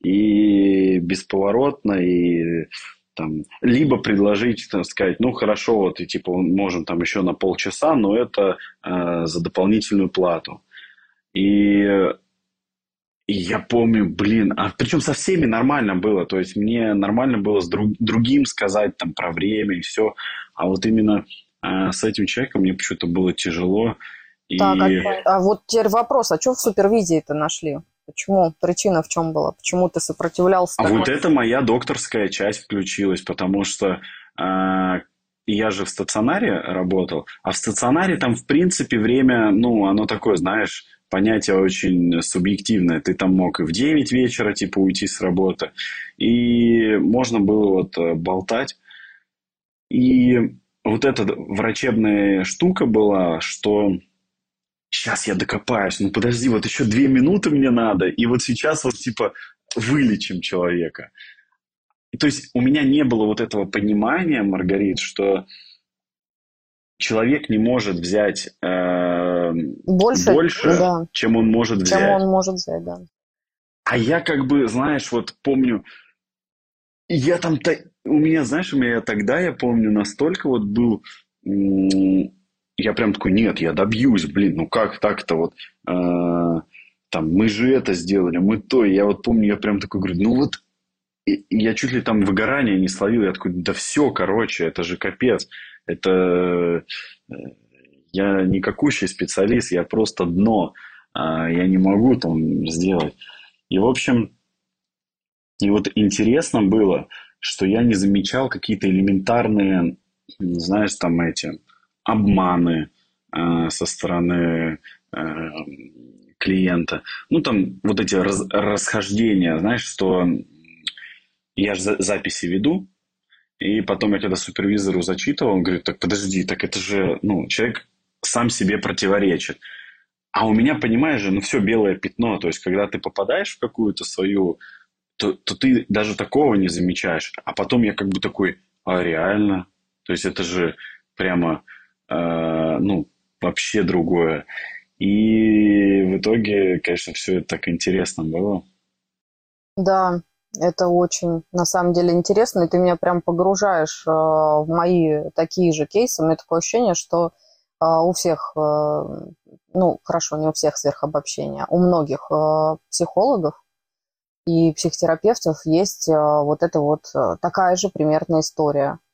и бесповоротно, и там, либо предложить, там, сказать, ну, хорошо, вот, и типа, можем там еще на полчаса, но это за дополнительную плату. И и я помню, блин, а причем со всеми нормально было, то есть мне нормально было с другим сказать там про время и все, а вот именно с этим человеком мне почему-то было тяжело, Так, и а вот теперь вопрос, а что в супервизии-то нашли? Почему? Причина в чем была? Почему ты сопротивлялся а так? вот это моя докторская часть включилась, потому что я же в стационаре работал, а в стационаре там, в принципе, время, ну, оно такое, знаешь, понятие очень субъективное. Ты там мог и в 9 вечера, типа, уйти с работы, и можно было вот болтать. И вот эта врачебная штука была, что сейчас я докопаюсь, ну подожди, вот еще 2 минуты мне надо, и вот сейчас вот типа вылечим человека. И то есть у меня не было вот этого понимания, Маргарит, что человек не может взять Больше, больше, да, чем он может чем взять. он может взять, да. А я как бы, знаешь, вот помню, и я там, у меня, знаешь, у меня тогда, я помню, настолько вот был, я прям такой, нет, я добьюсь, блин, ну как так-то вот, там, мы же это сделали, мы то, и я вот помню, я прям такой говорю, ну вот, и я чуть ли там выгорания не словил, я такой, да все, короче, это же капец, это, я никакущий специалист, я просто дно, я не могу там сделать. И, в общем, и вот интересно было, что я не замечал какие-то элементарные, знаешь, там эти обманы со стороны клиента. Ну, там вот эти расхождения, знаешь, что я же записи веду, и потом я когда супервизору зачитывал, он говорит, так подожди, так это же, ну, человек сам себе противоречит. А у меня, понимаешь же, ну все белое пятно. То есть, когда ты попадаешь в какую-то свою, то ты даже такого не замечаешь. А потом я как бы такой, а реально? То есть это же прямо, ну, вообще другое. И в итоге, конечно, все это так интересно было. Да, это очень, на самом деле, интересно, и ты меня прям погружаешь в мои такие же кейсы. У меня такое ощущение, что у всех, ну, хорошо, не у всех сверхобобщения, у многих психологов и психотерапевтов есть вот эта вот такая же примерная история.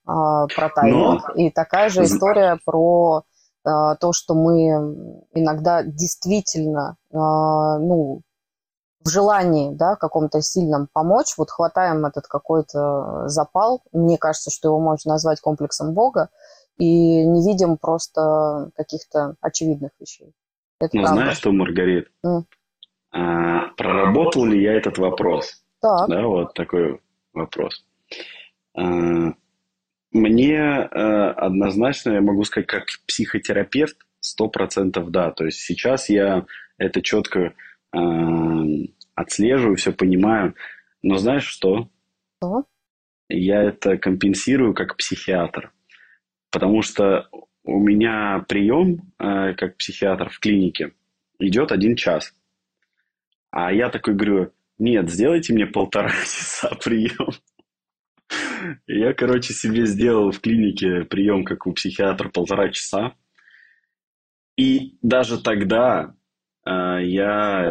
про Но, тайминг. И такая же з- история про то, что мы иногда действительно, ну, в желании, да, каком-то сильном помочь, вот хватаем этот какой-то запал, мне кажется, что его можно назвать комплексом Бога, и не видим просто каких-то очевидных вещей. Это но знаешь правда. что, Маргарит? М. Проработал ли я этот вопрос? Так, Да, вот такой вопрос. А, Мне однозначно, я могу сказать, как психотерапевт, 100% да. То есть сейчас я это четко отслеживаю, все понимаю. Но знаешь что? то, Я это компенсирую как психиатр. Потому что у меня прием как психиатр в клинике идет 1 час. А я такой говорю, нет, сделайте мне 1,5 часа прием. И я, короче, себе сделал в клинике прием, как у психиатра, 1,5 часа. И даже тогда я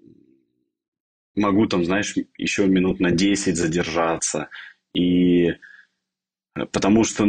могу там, знаешь, еще минут на 10 задержаться. И потому что,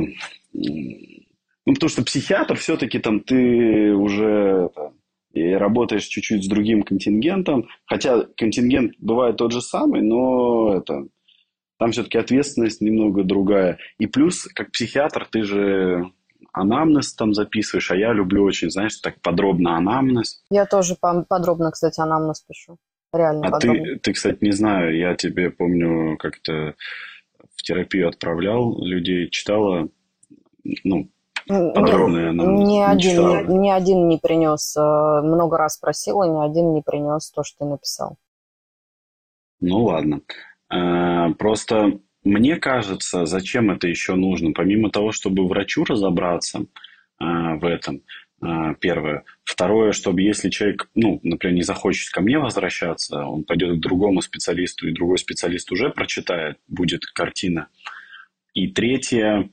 потому что психиатр все-таки там ты уже и работаешь чуть-чуть с другим контингентом. Хотя контингент бывает тот же самый, но там все-таки ответственность немного другая. И плюс, как психиатр, ты же анамнез там записываешь, а я люблю очень, знаешь, так подробно анамнез. я тоже подробно, кстати, анамнез пишу. Реально А подробно. ты, кстати, не знаю, я тебе помню, как-то в терапию отправлял людей, читала, ну, Нет, подробный анамнез, не читала. ни один не принес. Много раз просила, ни один не принес то, что ты написал. Ну ладно. Просто мне кажется, зачем это еще нужно? Помимо того, чтобы врачу разобраться в этом, первое. Второе, чтобы если человек, ну, например, не захочет ко мне возвращаться, он пойдет к другому специалисту, и другой специалист уже прочитает, будет картина. И третье,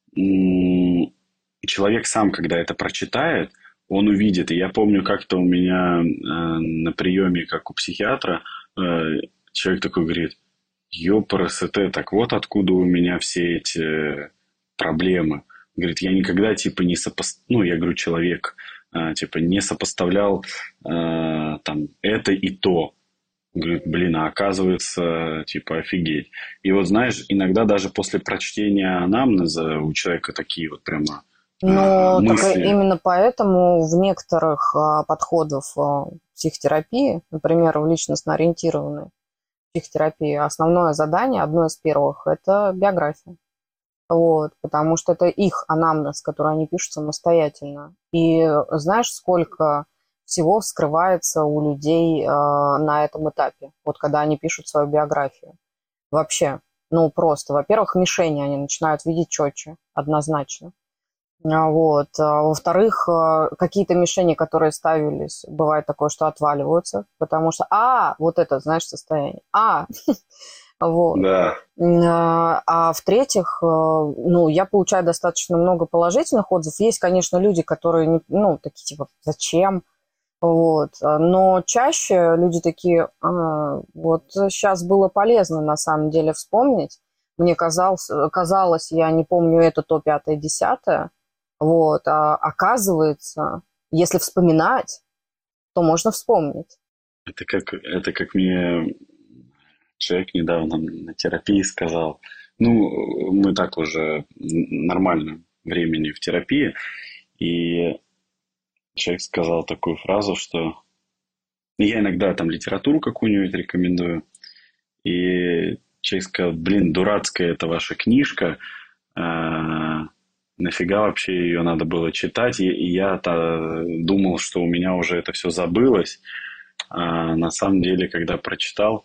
человек сам, когда это прочитает, он увидит. И я помню, как-то у меня на приеме, как у психиатра, э, человек такой говорит, ёпрст, так вот откуда у меня все эти проблемы. Говорит, я никогда, типа, не ну, я говорю, человек, типа, не сопоставлял там это и то. Говорит, блин, а оказывается, типа, офигеть. И вот, знаешь, иногда даже после прочтения анамнеза у человека такие вот прямо Но так мысли. именно поэтому в некоторых подходах психотерапии, например, в личностно-ориентированной психотерапии, основное задание, одно из первых, это биография. Вот, потому что это их анамнез, который они пишут самостоятельно. И знаешь, сколько всего вскрывается у людей на этом этапе, вот когда они пишут свою биографию. Вообще, ну просто, во-первых, мишени они начинают видеть четче, однозначно. Вот. Во-вторых, какие-то мишени, которые ставились, бывает такое, что отваливаются, потому что, вот это, знаешь, состояние, вот. Да. А в-третьих, ну, я получаю достаточно много положительных отзывов. Есть, конечно, люди, которые, ну, такие типа, зачем? Вот. Но чаще люди такие, вот сейчас было полезно на самом деле вспомнить. Мне казалось, я не помню это то, пятое, десятое. Вот. А оказывается, если вспоминать, то можно вспомнить. Это как мне человек недавно на терапии сказал. Ну, мы так уже нормально времени в терапии. И человек сказал такую фразу, что я иногда там литературу какую-нибудь рекомендую. И человек сказал, блин, дурацкая эта ваша книжка. Нафига вообще ее надо было читать? И я-то думал, что у меня уже это все забылось. А на самом деле, когда прочитал,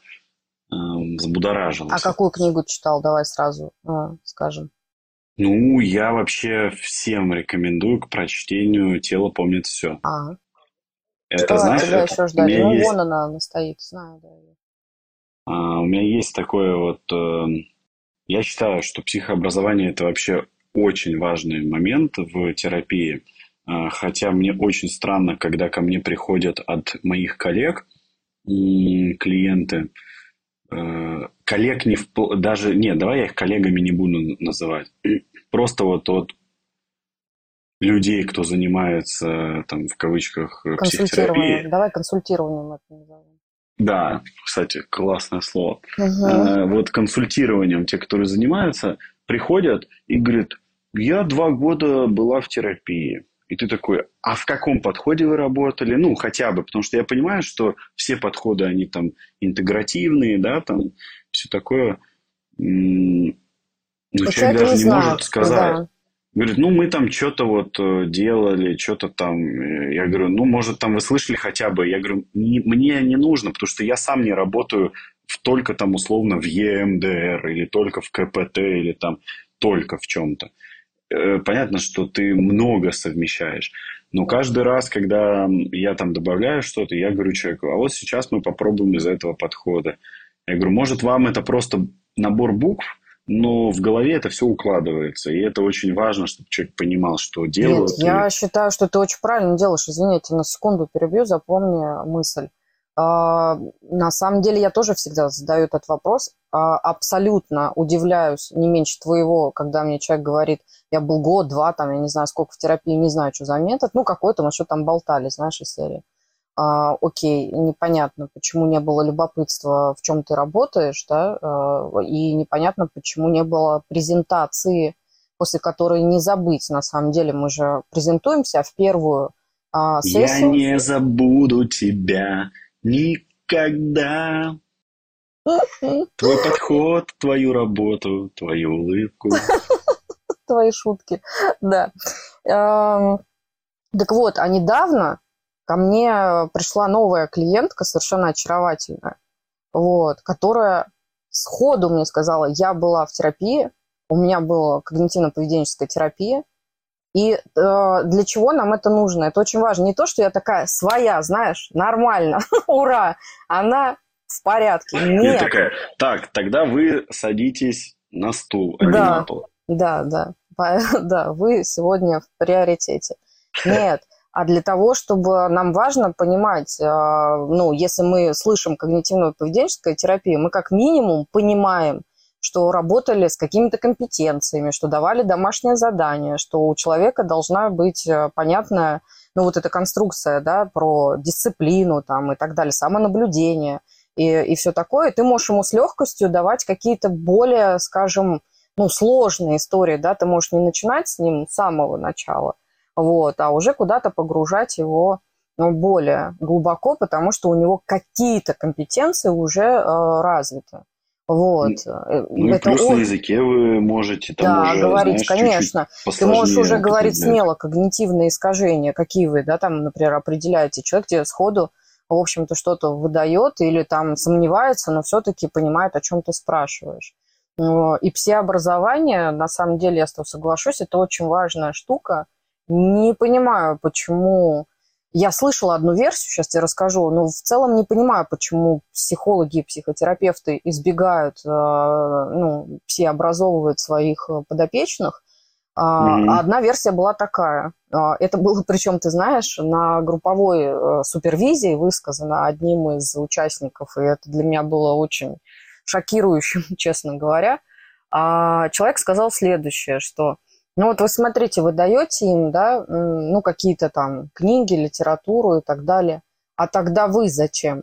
А взбудоражился. какую книгу читал? Давай сразу скажем. Ну, я вообще всем рекомендую к прочтению «Тело помнит все». А, Это, что от знаешь, тебя еще у ждать? меня Ну, есть, вон она стоит, знаю, да. у меня есть такое вот... Я считаю, что психообразование – это вообще очень важный момент в терапии. Хотя мне очень странно, когда ко мне приходят от моих коллег клиенты, коллег не даже... Нет, давай я их коллегами не буду называть. Просто вот людей, кто занимается, там, в кавычках, Консультированием. психотерапией. Давай консультированием это назовем. Да, кстати, классное слово. Угу. Вот консультированием те, которые занимаются, приходят и говорят, я 2 года была в терапии. И ты такой, а в каком подходе вы работали? Ну, хотя бы, потому что я понимаю, что все подходы, они там интегративные, да, там все такое. Но И человек человек не даже не может знает, сказать. да. Говорит, ну, мы там что-то вот делали, что-то там. Я говорю, ну, может, там вы слышали хотя бы. Я говорю, мне не нужно, потому что я сам не работаю только там условно в ЕМДР или только в КПТ или там только в чем-то. Понятно, что ты много совмещаешь. Но каждый раз, когда я там добавляю что-то, я говорю человеку, а вот сейчас мы попробуем из этого подхода. Я говорю, может, вам это просто набор букв, но в голове это все укладывается. И это очень важно, чтобы человек понимал, что Нет, делают. И... я считаю, что ты очень правильно делаешь. Извините, на секунду перебью, запомни мысль. На самом деле я тоже всегда задаю этот вопрос. Абсолютно удивляюсь, не меньше твоего, когда мне человек говорит, я был год, два, там, я не знаю, сколько в терапии, не знаю, что за метод. Ну, какой-то, мы что там болтали, знаешь, из серии. Окей, непонятно, почему не было любопытства, в чем ты работаешь, да, и непонятно, почему не было презентации, после которой не забыть. На самом деле мы же презентуемся в первую Я сессию. не забуду тебя никогда. Твой подход, твою работу, твою улыбку. Твои шутки, да. Так вот, а недавно ко мне пришла новая клиентка, совершенно очаровательная, вот, которая сходу мне сказала, я была в терапии, у меня была когнитивно-поведенческая терапия, и для чего нам это нужно? Это очень важно. Не то, что я такая своя, знаешь, нормально, ура, она в порядке. И Нет. такая, так, тогда вы садитесь на стул, а не на Да, пол. да, да. Да, вы сегодня в приоритете. Нет, а для того, чтобы нам важно понимать, ну, если мы слышим когнитивно-поведенческая терапия, мы как минимум понимаем, что работали с какими-то компетенциями, что давали домашнее задание, что у человека должна быть понятная, ну, вот эта конструкция, да, про дисциплину там и так далее, самонаблюдение и все такое. Ты можешь ему с легкостью давать какие-то более, скажем, ну, сложные истории, да, ты можешь не начинать с ним с самого начала, вот, а уже куда-то погружать его, ну, более глубоко, потому что у него какие-то компетенции уже развиты. Вот. Ну и Это плюс на языке вы можете там да, уже, говорить, знаешь, чуть-чуть конечно. Ты можешь посложнее уже говорить употреблять. смело когнитивные искажения, какие вы, да, там, например, определяете. Человек тебе сходу, в общем-то, что-то выдает или там сомневается, но все-таки понимает, о чем ты спрашиваешь. И псиобразование, на самом деле, я с тобой соглашусь, это очень важная штука. Не понимаю, почему... Я слышала одну версию, сейчас тебе расскажу, но в целом не понимаю, почему психологи и психотерапевты избегают, ну, псиобразовывают своих подопечных. Мгм. Одна версия была такая. Это было, причем, ты знаешь, на групповой супервизии высказано одним из участников, и это для меня было очень шокирующим, честно говоря. Человек сказал следующее, что ну вот вы смотрите, вы даете им, да, ну какие-то там книги, литературу и так далее, а тогда вы зачем?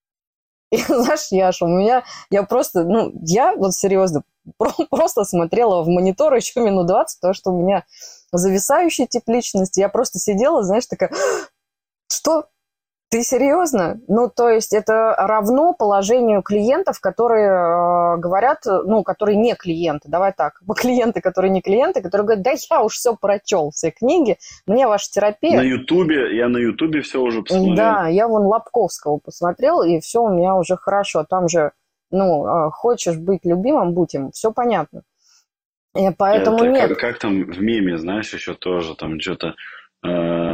И знаешь, Яша, я просто, ну, я вот серьезно просто смотрела в монитор еще минут 20, потому что у меня зависающий тип личности. Я просто сидела, знаешь, такая, что? Ты серьезно? Ну, то есть это равно положению клиентов, которые говорят, ну, которые не клиенты, давай так, клиенты, которые не клиенты, которые говорят, да я уж все прочел, все книги, мне ваша терапия... Я на Ютубе все уже посмотрел. Да, я вон Лобковского посмотрел, и все у меня уже хорошо. Там же, ну, хочешь быть любимым, будь им, все понятно. И поэтому Это нет. как там в меме, знаешь, еще тоже там э,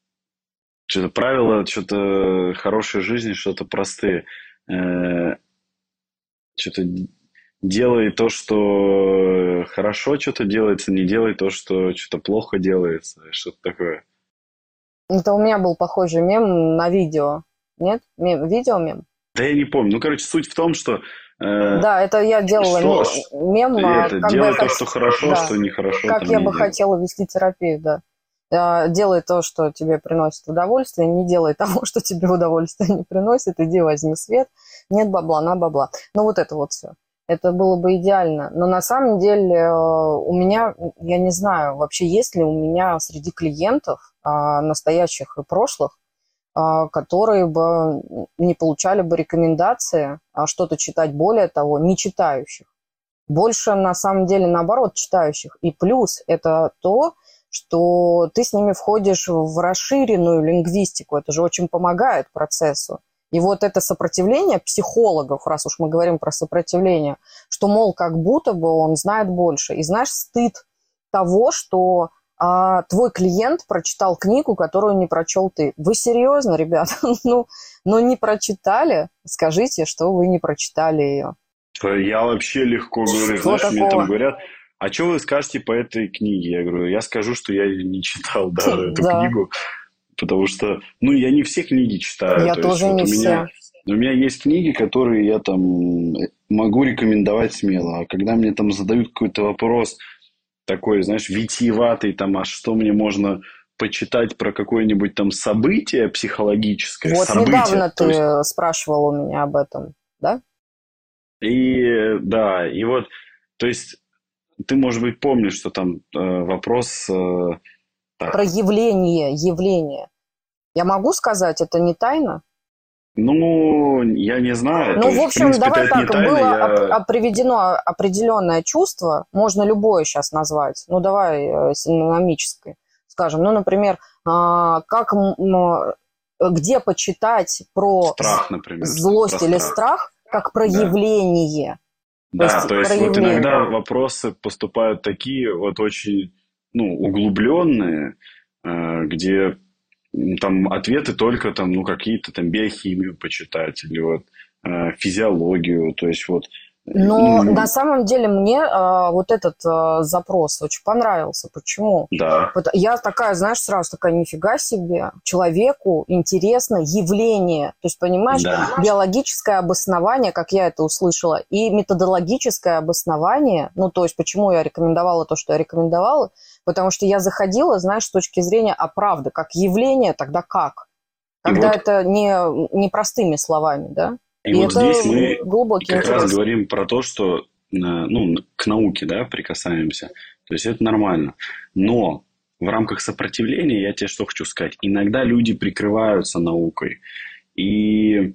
что-то правила, что-то хорошей жизни, что-то простые. Э, что-то делай то, что хорошо что-то делается, не делай то, что что-то плохо делается, что-то такое. Это у меня был похожий мем на видео. Нет? Видео мем? Да я не помню. Ну, короче, суть в том, что Да, это я делала Что, мем, и это, как бы я делай то, что хорошо, да, что нехорошо, как там я не бы делай. хотела вести терапию, да. Делай то, что тебе приносит удовольствие, не делай того, что тебе удовольствие не приносит, иди возьми свет, нет бабла, на бабла. Ну, вот это вот все. Это было бы идеально. Но на самом деле у меня, я не знаю, вообще есть ли у меня среди клиентов, настоящих и прошлых, которые бы не получали бы рекомендации, что-то читать, более того, не читающих. Больше, на самом деле, наоборот, читающих. И плюс это то, что ты с ними входишь в расширенную лингвистику. Это же очень помогает процессу. И вот это сопротивление психологов, раз уж мы говорим про сопротивление, что, мол, как будто бы он знает больше. И знаешь, стыд того, что твой клиент прочитал книгу, которую не прочел ты. Вы серьезно, ребята? Ну, не прочитали? Скажите, что вы не прочитали ее. Я вообще легко говорю, Что знаешь, мне там такого? говорят, а что вы скажете по этой книге? Я говорю, я скажу, что я не читал даже эту Да, книгу, потому что, ну, я не все книги читаю, я то есть тоже вот не у меня, все. у меня есть книги, которые я там могу рекомендовать смело, а когда мне там задают какой-то вопрос такой, знаешь, витиеватый, там, а что мне можно почитать про какое-нибудь там событие психологическое, Вот событие, недавно то есть, ты спрашивал у меня об этом, да? и да, и вот, то есть, ты, может быть, помнишь, что там вопрос... Про так, явление. Я могу сказать, это не тайна? ну, я не знаю. То Ну, в есть, в общем, принципе, это, давай это не так, тайна. было Я... приведено определенное чувство, можно любое сейчас назвать, ну, давай синонимическое, скажем, ну, например, где почитать про Страх, например. Про злость или страх. страх как Да. проявление, то Да, есть то есть, вот иногда проявление. вопросы поступают такие, вот очень, ну, углубленные, где там ответы только там, ну, какие-то там биохимию почитать или вот физиологию. То есть, вот, Но на ну, самом деле мне вот этот запрос очень понравился. Почему? да. Я такая, знаешь, сразу такая, нифига себе, человеку интересно явление. То есть, понимаешь, Да. биологическое обоснование, как я это услышала, и методологическое обоснование, ну, то есть, почему я рекомендовала то, что я рекомендовала, потому что я заходила, знаешь, с точки зрения, а правда, как явление, тогда как? И Когда вот это не простыми словами, да? И И вот здесь это мы глубокий как раз интерес. говорим про то, что ну, к науке, да, прикасаемся. То есть это нормально. Но в рамках сопротивления я тебе что хочу сказать. Иногда люди прикрываются наукой. И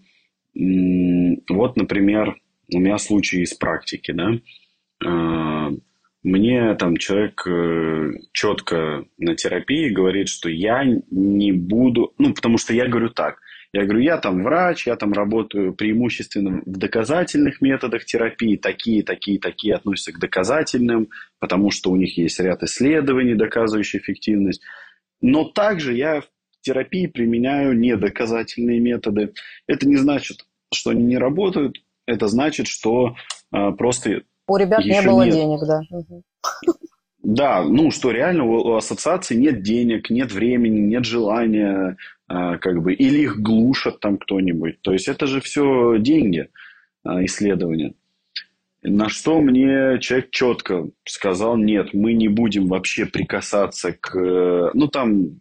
вот, например, у меня случай из практики, да. А, Мне там человек четко на терапии говорит, что я не буду... Ну, потому что я говорю так. Я говорю, я там врач, я там работаю преимущественно в доказательных методах терапии. Такие, такие, такие относятся к доказательным, потому что у них есть ряд исследований, доказывающих эффективность. Но также я в терапии применяю недоказательные методы. Это не значит, что они не работают. Это значит, что просто У ребят не еще было нет. денег, да. Мгм. Да, ну что реально у ассоциации нет денег, нет времени, нет желания, как бы, или их глушат там кто-нибудь. То есть это же все деньги, исследования. На что мне человек четко сказал, нет, мы не будем вообще прикасаться к... Ну, там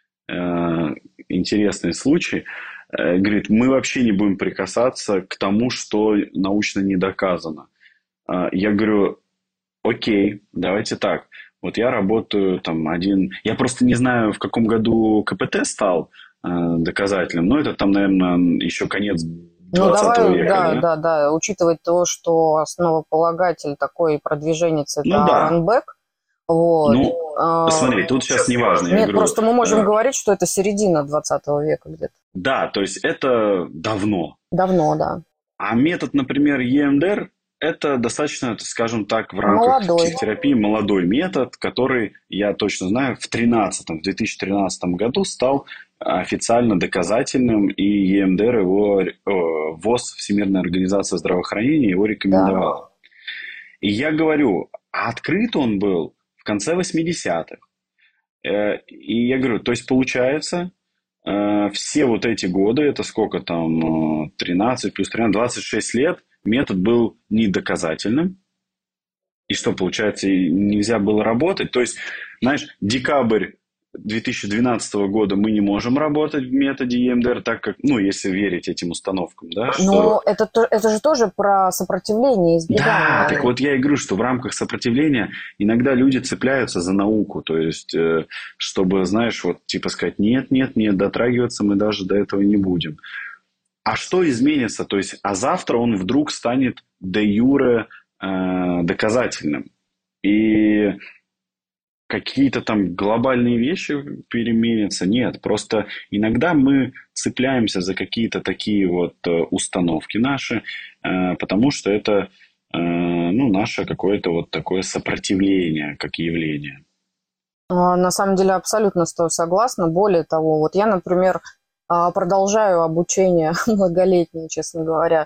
интересный случай. Говорит, мы вообще не будем прикасаться к тому, что научно не доказано. Я говорю, окей, давайте так. Вот я работаю там один... Я просто не знаю, в каком году КПТ стал доказательным, но это там, наверное, еще конец Ну, двадцатого давай, века, да, да? да, да, учитывать то, что основополагатель такой продвиженец Ну это да. Аронбек, вот. Ну, смотри, тут сейчас не важно. Я Нет, говорю, просто мы можем говорить, что это середина 20 века где-то. да, то есть это давно. Давно, да. А метод, например, EMDR, это достаточно, скажем так, в рамках Молодой. психотерапии молодой метод, который, я точно знаю, в 2013 году стал официально доказательным, и EMDR его, ВОЗ, Всемирная организация здравоохранения, его Да. рекомендовала. И я говорю, а открыт он был в конце 80-х. И я говорю, то есть получается, все вот эти годы, это сколько там, 13 плюс 13, 26 лет, метод был недоказательным. И что, получается, нельзя было работать? То есть, знаешь, декабрь 2012 года мы не можем работать в методе EMDR, так как, ну, если верить этим установкам, да, что... Но это же тоже про сопротивление, Да, так избегание. вот я и говорю, что в рамках сопротивления иногда люди цепляются за науку, то есть, чтобы, знаешь, вот типа сказать, нет, нет, нет, дотрагиваться мы даже до этого не будем. А что изменится? То есть, а завтра он вдруг станет де юре доказательным. И какие-то там глобальные вещи переменятся. Нет, просто иногда мы цепляемся за какие-то такие вот установки наши, потому что это ну, наше какое-то вот такое сопротивление как явление. На самом деле абсолютно с тобой согласна. Более того, вот я, например, продолжаю обучение многолетнее, честно говоря,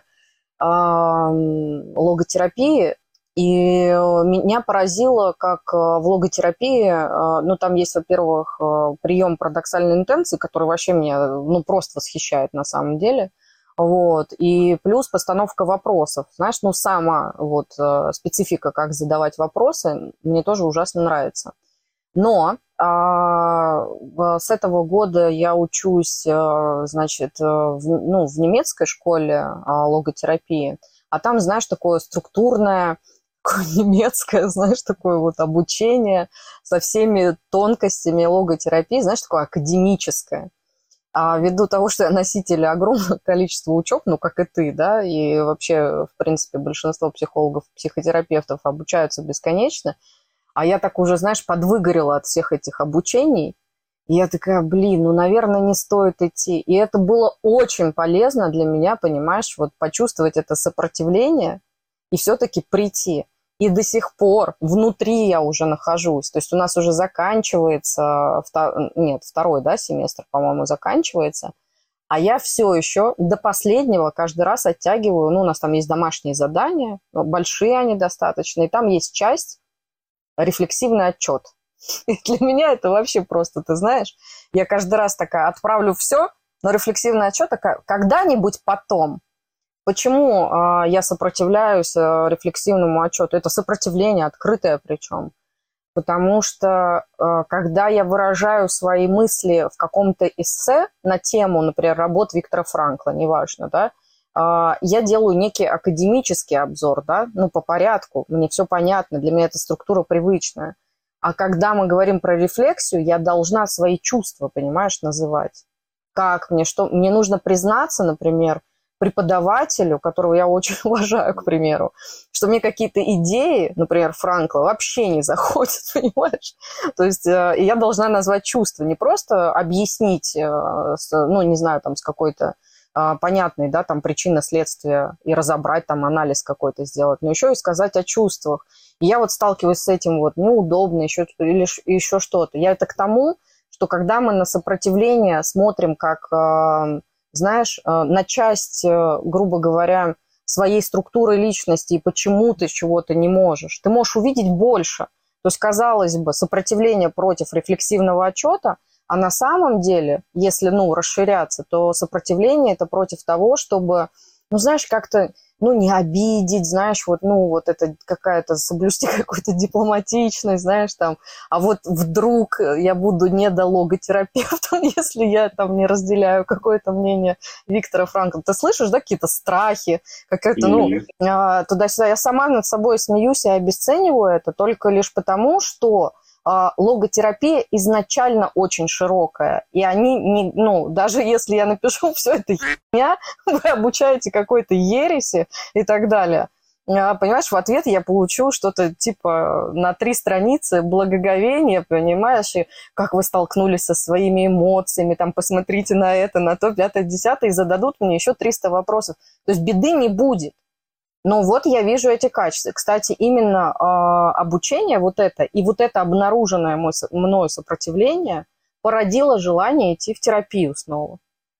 логотерапии. И меня поразило, как в логотерапии, ну, там есть, во-первых, прием парадоксальной интенции, который вообще меня, ну, просто восхищает на самом деле. Вот. И плюс постановка вопросов. Знаешь, ну, сама вот специфика, как задавать вопросы, мне тоже ужасно нравится. Но с этого года я учусь, значит, в немецкой школе логотерапии, а там, знаешь, такое структурное, такое немецкое, знаешь, такое вот обучение со всеми тонкостями логотерапии, знаешь, такое академическое. А ввиду того, что я носитель огромного количества учеб, ну, как и ты, да, и вообще, в принципе, большинство психологов, психотерапевтов обучаются бесконечно, а я так уже, знаешь, подвыгорела от всех этих обучений. И я такая, блин, ну, наверное, не стоит идти. И это было очень полезно для меня, понимаешь, вот почувствовать это сопротивление и все-таки прийти. И до сих пор внутри я уже нахожусь. То есть у нас уже заканчивается, второй, да, семестр, по-моему, заканчивается. А я все еще до последнего каждый раз оттягиваю. Ну, у нас там есть домашние задания, большие они достаточно. И там есть часть рефлексивный отчет. И для меня это вообще просто, ты знаешь, я каждый раз такая отправлю все, но рефлексивный отчет такая, когда-нибудь потом. Почему я сопротивляюсь рефлексивному отчету? Это сопротивление, открытое причем. Потому что когда я выражаю свои мысли в каком-то эссе на тему, например, работ Виктора Франкла, неважно, да, я делаю некий академический обзор, да, ну, по порядку, мне все понятно, для меня эта структура привычная. А когда мы говорим про рефлексию, я должна свои чувства, понимаешь, называть. Как мне, что мне нужно признаться, например, преподавателю, которого я очень уважаю, к примеру, что мне какие-то идеи, например, Франкла, вообще не заходят, понимаешь? То есть я должна назвать чувства, не просто объяснить, ну, не знаю, там, с какой-то понятные, да, там причина, следствие и разобрать, там анализ какой-то сделать, но еще и сказать о чувствах. И я вот сталкиваюсь с этим вот неудобно, еще, или еще что-то. Я это к тому, что когда мы на сопротивление смотрим как, знаешь, на часть, грубо говоря, своей структуры личности и почему ты чего-то не можешь, ты можешь увидеть больше. То есть, казалось бы, сопротивление против рефлексивного отчета, а на самом деле, если, ну, расширяться, то сопротивление это против того, чтобы, ну, знаешь, как-то, ну, не обидеть, знаешь, вот, ну, вот это какая-то, соблюсти какую-то дипломатичность, знаешь, там, а вот вдруг я буду недологотерапевтом, если я там не разделяю какое-то мнение Виктора Франкла. Ты слышишь, да, какие-то страхи, какая-то, ну, туда-сюда. Я сама над собой смеюсь и обесцениваю это только лишь потому, что логотерапия изначально очень широкая, и они, не, ну, даже если я напишу все это херня, вы обучаете какой-то ереси и так далее, понимаешь, в ответ я получу что-то типа на 3 страницы благоговения, понимаешь, и как вы столкнулись со своими эмоциями, там, посмотрите на это, на то, 5, 10, и зададут мне еще 300 вопросов. То есть беды не будет. Но вот я вижу эти качества. Кстати, именно обучение вот это и вот это обнаруженное мною сопротивление породило желание идти в терапию снова.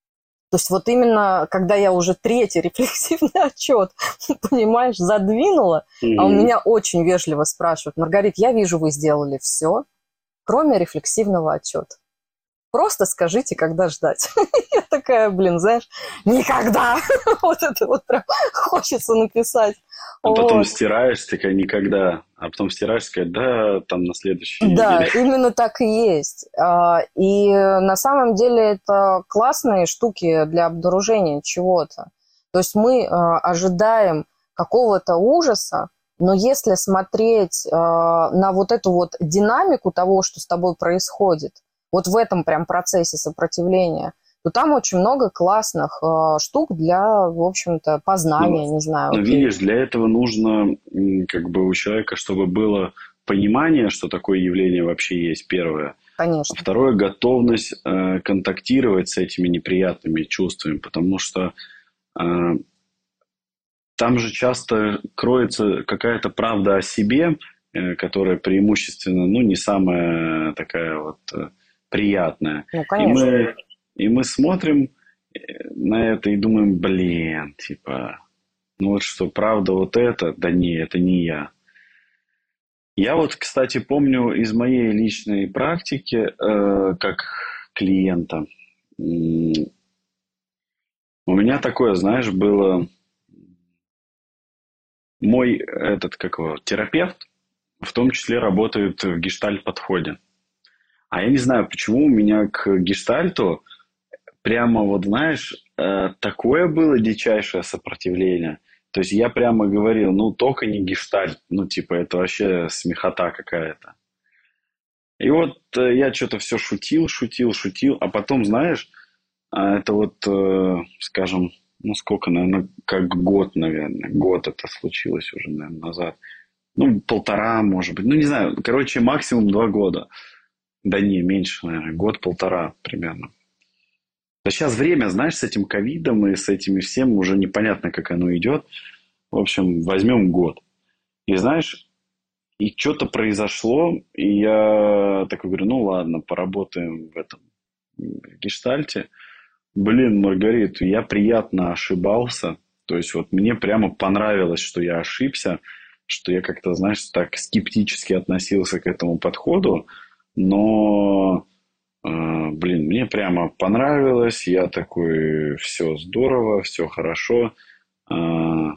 То есть вот именно, когда я уже 3-й рефлексивный отчет, понимаешь, задвинула, а у меня очень вежливо спрашивают: Маргарит, я вижу, вы сделали все, кроме рефлексивного отчета. Просто скажите, когда ждать. Я такая, блин, знаешь, никогда. Вот это вот прям хочется написать. А потом Вот. стираешь, такая никогда. А потом стираешь, сказать, да, там на следующей Да, неделе. именно так и есть. И на самом деле это классные штуки для обнаружения чего-то. То есть мы ожидаем какого-то ужаса, но если смотреть на вот эту вот динамику того, что с тобой происходит, вот в этом прям процессе сопротивления, то там очень много классных штук для, в общем-то, Ну, познания, не знаю, но окей. видишь, для этого нужно как бы у человека, чтобы было понимание, что такое явление вообще есть, первое. А Конечно. второе, готовность контактировать с этими неприятными чувствами, потому что э, там же часто кроется какая-то правда о себе, которая преимущественно, ну, не самая такая вот приятная. Ну, И конечно. мы, и мы смотрим на это и думаем, блин, типа, ну вот что, правда вот это? Да не, это не я. Я вот, кстати, помню из моей личной практики, как клиента, у меня такое, знаешь, было мой этот, как его, терапевт, в том числе работает в гештальт-подходе. А я не знаю, почему у меня к гештальту прямо вот, знаешь, такое было дичайшее сопротивление. То есть я прямо говорил, ну, только не гештальт. Ну, типа, это вообще смехота какая-то. И вот я что-то все шутил, шутил, шутил. А потом, знаешь, это вот, скажем, ну, сколько, наверное, как год, наверное. Год это случилось уже, наверное, назад. Ну, полтора, может быть. Ну, не знаю. Короче, максимум 2 года. Да не, меньше, наверное. Год-полтора примерно. Да сейчас время, знаешь, с этим ковидом и с этими всем уже непонятно, как оно идет. В общем, возьмем год. И знаешь, и что-то произошло, и я такой говорю, ну ладно, поработаем в этом гештальте. Блин, Маргарита, я приятно ошибался. То есть вот мне прямо понравилось, что я ошибся, что я как-то, знаешь, так скептически относился к этому подходу. Но блин, мне прямо понравилось. Я такой, все здорово, все хорошо. А,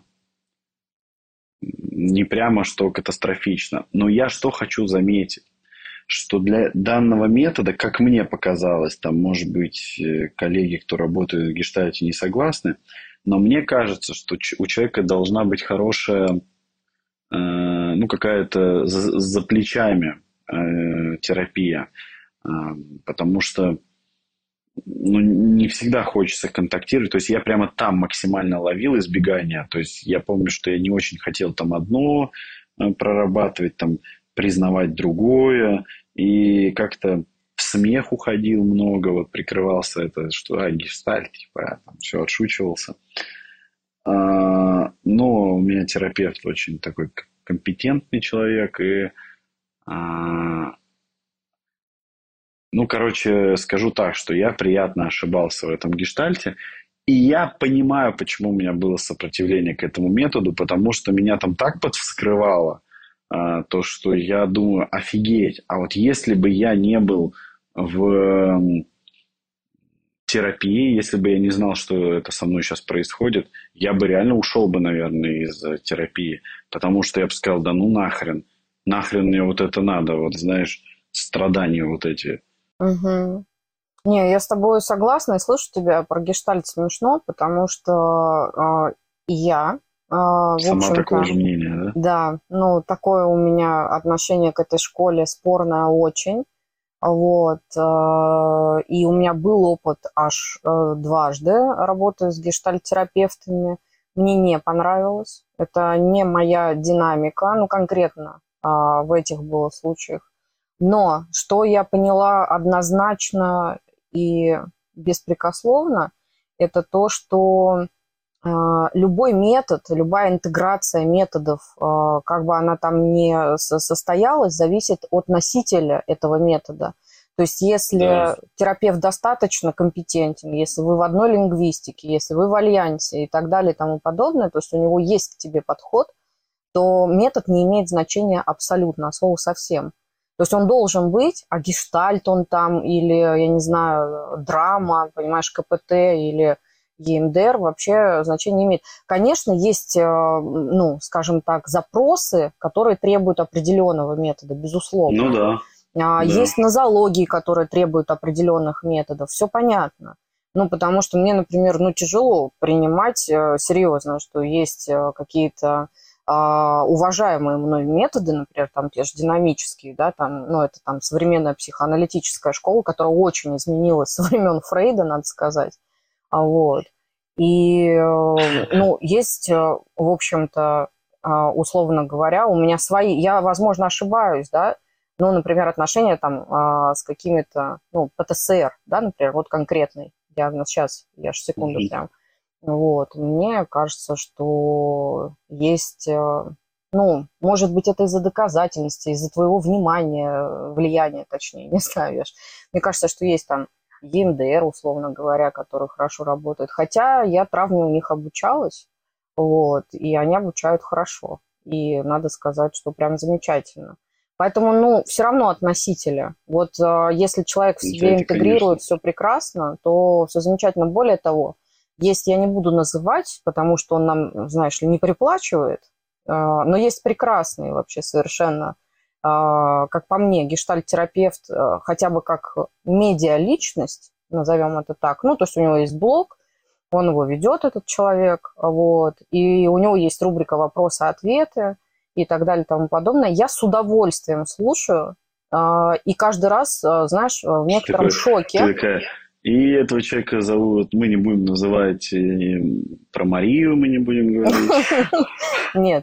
Не прямо что катастрофично. Но я что хочу заметить, что для данного метода, как мне показалось, там, может быть, коллеги, кто работает в гештальте, не согласны, но мне кажется, что у человека должна быть хорошая, ну, какая-то за плечами терапия. Потому что ну, не всегда хочется контактировать. То есть я прямо там максимально ловил избегание. То есть я помню, что я не очень хотел там одно прорабатывать, там признавать другое. И как-то в смех уходил много, вот прикрывался это, что гештальт, типа, я там все отшучивался. Но у меня терапевт очень такой компетентный человек, и ну, короче, скажу так, что я приятно ошибался в этом гештальте. И я понимаю, почему у меня было сопротивление к этому методу, потому что меня там так подвскрывало, то, что я думаю, офигеть, а вот если бы я не был в терапии, если бы я не знал, что это со мной сейчас происходит, я бы реально ушел бы, наверное, из терапии, потому что я бы сказал, да ну нахрен мне вот это надо, вот знаешь, страдания вот эти. Мгм. Не, я с тобой согласна и слышу тебя про гештальт смешно, потому что я, в Сама такого общем-то, же мнения, да? да, ну, такое у меня отношение к этой школе спорное очень. Вот. И у меня был опыт аж дважды работы с гештальт-терапевтами. Мне не понравилось. Это не моя динамика, ну, конкретно в этих было случаях. Но что я поняла однозначно и беспрекословно, это то, что любой метод, любая интеграция методов, как бы она там не состоялась, зависит от носителя этого метода. То есть Да. если терапевт достаточно компетентен, если вы в одной лингвистике, если вы в альянсе и так далее и тому подобное, то есть у него есть к тебе подход, то метод не имеет значения абсолютно, от слова совсем. То есть он должен быть, а гештальт он там, или, я не знаю, драма, понимаешь, КПТ или ЕМДР вообще значения не имеет. Конечно, есть, ну, скажем так, запросы, которые требуют определенного метода, Ну безусловно. да, да. Есть нозологии, которые требуют определенных методов, все понятно. Ну, потому что мне, например, ну, тяжело принимать серьезно, что есть какие-то уважаемые мной методы, например, там те же динамические, да, там, ну, это там современная психоаналитическая школа, которая очень изменилась со времен Фрейда, надо сказать. Вот. И, ну, есть, в общем-то, условно говоря, у меня свои, я, возможно, ошибаюсь, да, ну, например, отношения там с какими-то, ну, ПТСР, да, например, вот конкретный диагноз, сейчас, я же секунду Мгм. прям, вот, мне кажется, что есть, ну, может быть, это из-за доказательности, из-за твоего внимания, влияния, точнее, не знаю, мне кажется, что есть там ЕМДР, условно говоря, которые хорошо работают. Хотя я травме у них обучалась, вот, и они обучают хорошо. И надо сказать, что прям замечательно. Поэтому, ну, все равно относителя. Вот если человек в себе Это, конечно. интегрирует все прекрасно, то все замечательно. Более того, есть, я не буду называть, потому что он нам, знаешь ли, не приплачивает, но есть прекрасные вообще совершенно, как по мне, гештальт-терапевт, хотя бы как медиа-личность, назовем это так. Ну, то есть у него есть блог, он его ведет, этот человек, вот, и у него есть рубрика «Вопросы-ответы» и так далее и тому подобное. Я с удовольствием слушаю, и каждый раз, знаешь, в некотором Такой, шоке. ты такая, и этого человека зовут, мы не будем называть, про Марию мы не будем говорить. Нет,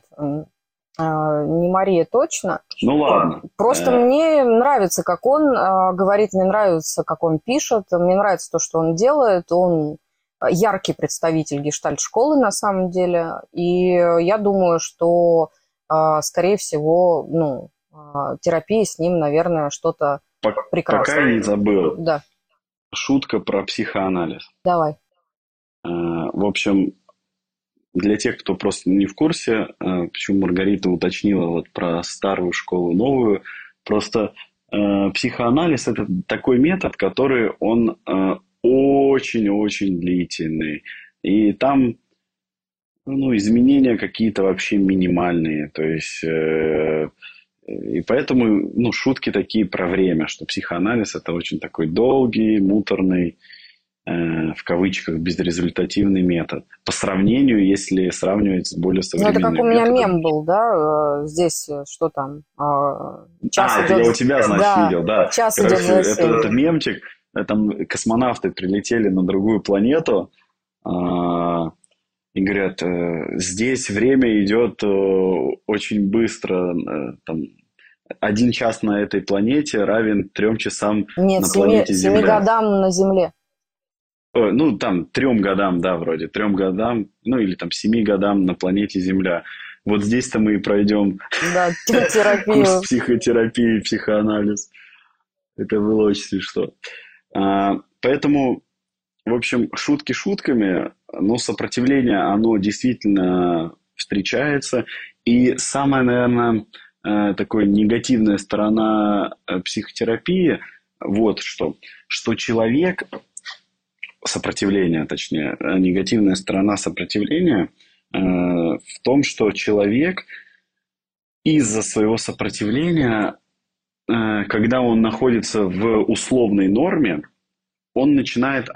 не Мария точно. Ну ладно. Просто мне нравится, как он говорит, мне нравится, как он пишет, мне нравится то, что он делает. Он яркий представитель гештальт-школы на самом деле. И я думаю, что, скорее всего, ну, терапия с ним, наверное, что-то Пока я прекрасное. не забыл. Да, Шутка про психоанализ. давай. В общем, для тех, кто просто не в курсе, почему Маргарита уточнила вот про старую школу, новую, просто психоанализ – это такой метод, который он очень-очень длительный. И там ну, изменения какие-то вообще минимальные. То есть, и поэтому ну, шутки такие про время, что психоанализ – это очень такой долгий, муторный, в кавычках, безрезультативный метод. По сравнению, если сравнивать с более Ну, это как у современными меня методами. мем был, да, здесь что там, час Это я идет, у тебя, значит, да, видел, да. час идет Короче, за это осенью. мемчик. Там космонавты прилетели на другую планету а, и говорят, здесь время идет очень быстро. Там, 1 час на этой планете равен 3 часам Нет, на планете семи Земля. годам на Земле. Ну, там, 3 годам, да, вроде. 3 годам, ну, или там 7 годам на планете Земля. Вот здесь-то мы и пройдем Да, курс терапию. психотерапии, психоанализ. Это было очень смешно. Поэтому, в общем, шутки шутками, но сопротивление, оно действительно встречается. И самая, наверное, такая негативная сторона психотерапии, вот что человек, сопротивление, точнее, негативная сторона сопротивления в том, что человек из-за своего сопротивления, когда он находится в условной норме, он начинает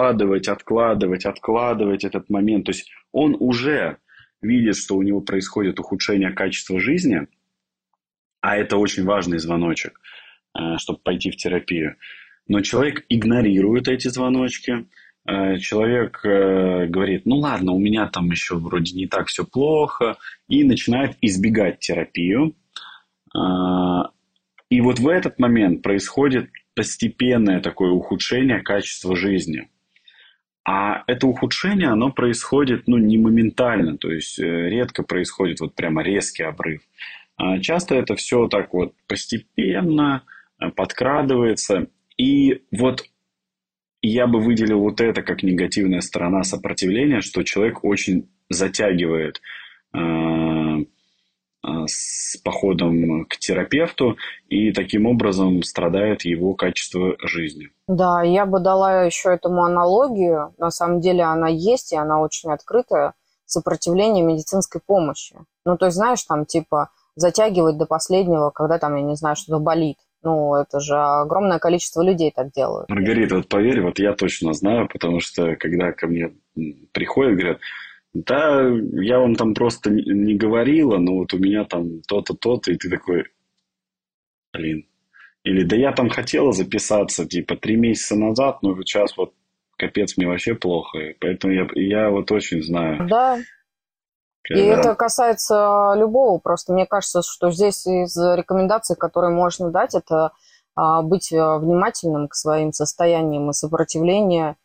откладывать этот момент. То есть он уже видит, что у него происходит ухудшение качества жизни, а это очень важный звоночек, чтобы пойти в терапию. Но человек игнорирует эти звоночки. Человек говорит, ну ладно, у меня там еще вроде не так все плохо, и начинает избегать терапию. И вот в этот момент происходит постепенное такое ухудшение качества жизни. А это ухудшение, оно происходит, ну, не моментально, то есть редко происходит вот прямо резкий обрыв. Часто это все так вот постепенно подкрадывается. И вот я бы выделил вот это как негативная сторона сопротивления, что человек очень затягивает с походом к терапевту, и таким образом страдает его качество жизни. Да, я бы дала еще этому аналогию. На самом деле она есть, и она очень открытая. Сопротивление медицинской помощи. Ну, то есть, знаешь, там, типа, затягивать до последнего, когда там, я не знаю, что-то болит. Ну, это же огромное количество людей так делают. Маргарита, вот поверь, вот я точно знаю, потому что когда ко мне приходят, говорят, да, я вам там просто не говорила, но вот у меня там то-то, то-то, и ты такой, блин. Или да я там хотела записаться, типа, 3 месяца назад, но вот сейчас вот капец, мне вообще плохо. И поэтому я вот очень знаю, Да, и когда... это касается любого. Просто мне кажется, что здесь из рекомендаций, которые можно дать, это быть внимательным к своим состояниям, и сопротивление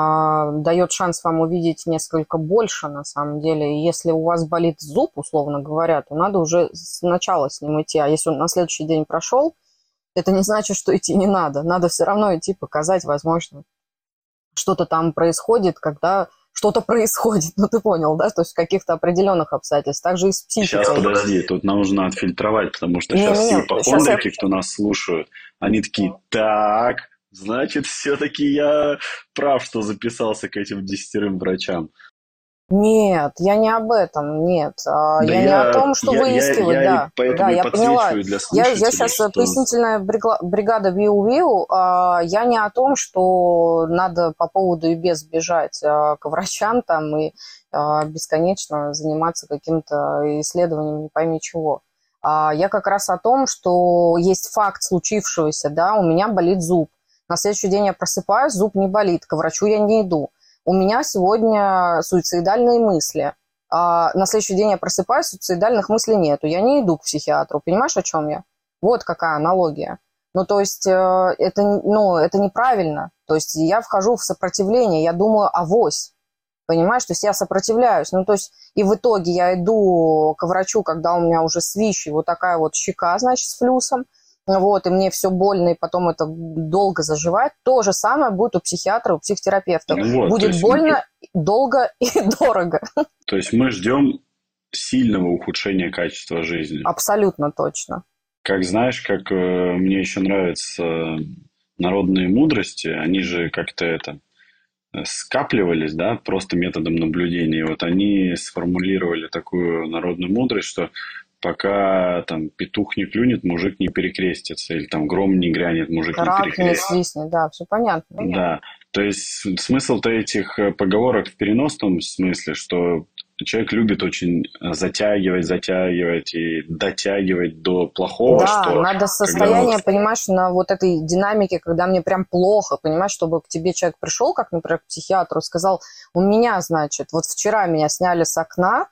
дает шанс вам увидеть несколько больше на самом деле. И если у вас болит зуб, условно говоря, то надо уже сначала с ним идти. А если он на следующий день прошел, это не значит, что идти не надо. Надо все равно идти, показать, возможно, что-то там происходит, когда что-то происходит. Ну, ты понял, да? То есть в каких-то определенных обстоятельствах. Также и с Сейчас, психикой. подожди, тут нужно отфильтровать, потому что сейчас все Не-не-не, сейчас я... ипохондрики, кто нас слушают, они такие, так, значит, все-таки я прав, что записался к этим 10 врачам. Нет, я не об этом, нет. Да Я не о я, том, что я, я, выискивать, я и да. Да, поэтому и я поняла. подсвечиваю для Я слушателей, сейчас что... пояснительная бригада Виу-Виу. Я не о том, что надо по поводу и без бежать к врачам там и бесконечно заниматься каким-то исследованием, не пойми чего. Я как раз о том, что есть факт случившегося, да, у меня болит зуб. На следующий день я просыпаюсь, зуб не болит, к врачу я не иду. У меня сегодня суицидальные мысли. На следующий день я просыпаюсь, суицидальных мыслей нету. Я не иду к психиатру. Понимаешь, о чем я? Вот какая аналогия. Ну, то есть, это неправильно. То есть, я вхожу в сопротивление, я думаю, авось. Понимаешь, то есть я сопротивляюсь. Ну, то есть, и в итоге я иду к врачу, когда у меня уже свищ, и вот такая вот щека, значит, с флюсом. Вот, и мне все больно, и потом это долго заживает. То же самое будет у психиатра, у психотерапевта. Ну вот, Будет больно, долго и дорого. то есть мы ждем сильного ухудшения качества жизни. Абсолютно точно. Как знаешь, как мне еще нравятся народные мудрости, они же как-то скапливались, да, просто методом наблюдения. И вот они сформулировали такую народную мудрость, что пока там петух не клюнет, мужик не перекрестится, или там гром не грянет, мужик не Рак не перекрестится. свистнет, да, все понятно. Да, то есть смысл-то этих поговорок в переносном смысле, что человек любит очень затягивать и дотягивать до плохого, Да, что надо когда вот... состояние, понимаешь, на вот этой динамике, когда мне прям плохо, понимаешь, чтобы к тебе человек пришел, как, например, к психиатру, сказал, у меня, значит, вот вчера меня сняли с окна,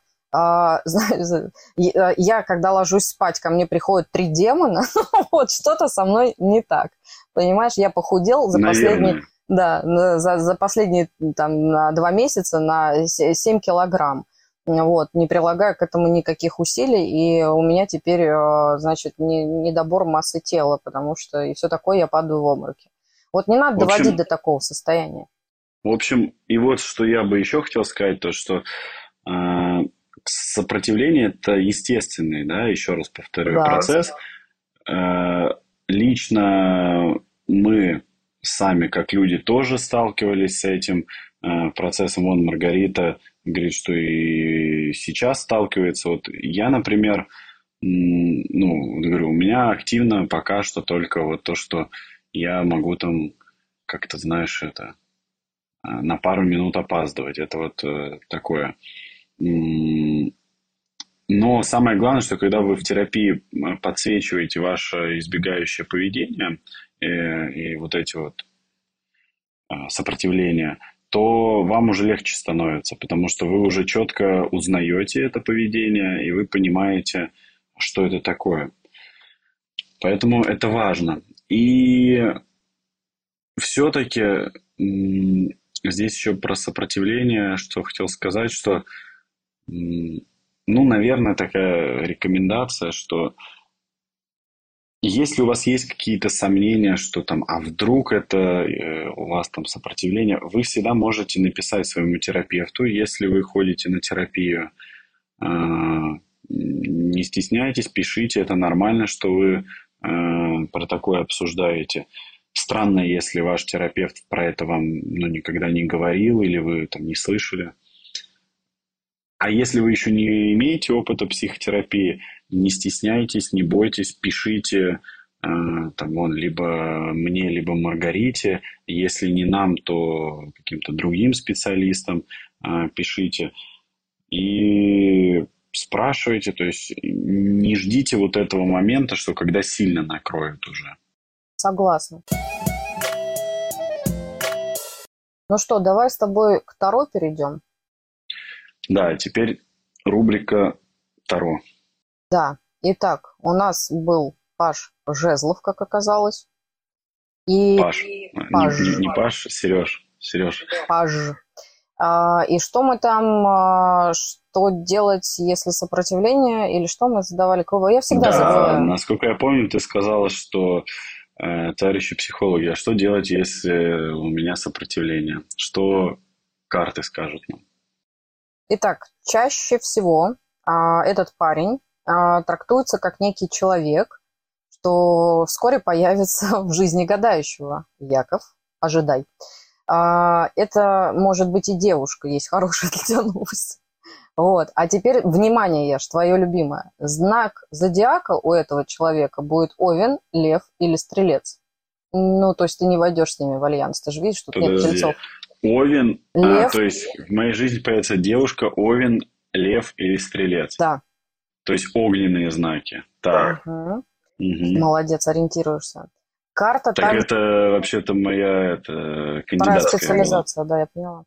я, когда ложусь спать, ко мне приходят 3 демона, вот что-то со мной не так. Понимаешь, я похудел за последние, Наверное. да, за последние там, на 2 месяца на 7 килограмм. Вот, не прилагая к этому никаких усилий, и у меня теперь, значит, недобор массы тела, потому что и все такое, я падаю в обмороки. Вот не надо В доводить общем, до такого состояния. и вот что я бы еще хотел сказать, то что э, сопротивление это естественный, да, еще раз повторю, Да, процесс. Э, Лично мы сами, как люди, тоже сталкивались с этим процессом. Вон Маргарита говорит, что и сейчас сталкивается. Вот я, например, ну, говорю, у меня активно пока что только вот то, что я могу там как-то, знаешь, на пару минут опаздывать. Это вот такое. Но самое главное, что когда вы в терапии подсвечиваете ваше избегающее поведение и вот эти вот сопротивления, то вам уже легче становится, потому что вы уже четко узнаете это поведение, и вы понимаете, что это такое. Поэтому это важно. И все-таки здесь еще про сопротивление, что хотел сказать, что ну, наверное, такая рекомендация, что если у вас есть какие-то сомнения, что там, а вдруг это у вас там сопротивление, вы всегда можете написать своему терапевту, если вы ходите на терапию, Не стесняйтесь, пишите, это нормально, что вы про такое обсуждаете. Странно, если ваш терапевт про это вам никогда не говорил или вы там не слышали. А если вы еще не имеете опыта психотерапии, не стесняйтесь, не бойтесь, пишите либо мне, либо Маргарите. Если не нам, то каким-то другим специалистам пишите. И спрашивайте, то есть не ждите вот этого момента, что когда сильно накроют уже. Согласна. Ну что, давай с тобой к Таро перейдем. Да, теперь рубрика Таро. Да, итак, у нас был Паж Жезлов, как оказалось. И Паш. Паж. Не Паш, Сереж. Паж. И что мы там, что делать, если сопротивление, или что мы задавали? Я всегда забываю. Насколько я помню, ты сказала, что товарищи психологи, а что делать, если у меня сопротивление? Что карты скажут нам? Итак, чаще всего этот парень трактуется как некий человек, что вскоре появится в жизни гадающего. Яков, ожидай. Это может быть и девушка, есть хорошая для тебя новость. Вот. А теперь, внимание, Яш, твое любимое. Знак зодиака у этого человека будет Овен, Лев или Стрелец. Ну, то есть ты не войдешь с ними в альянс. Ты же видишь, что нет тельцов. Овен, Лев. То есть в моей жизни появится девушка, Овен, Лев или Стрелец. Да. То есть огненные знаки. Так. Угу. Молодец, ориентируешься. Карта так это вообще-то моя кандидатская. Вторая специализация, да, я поняла.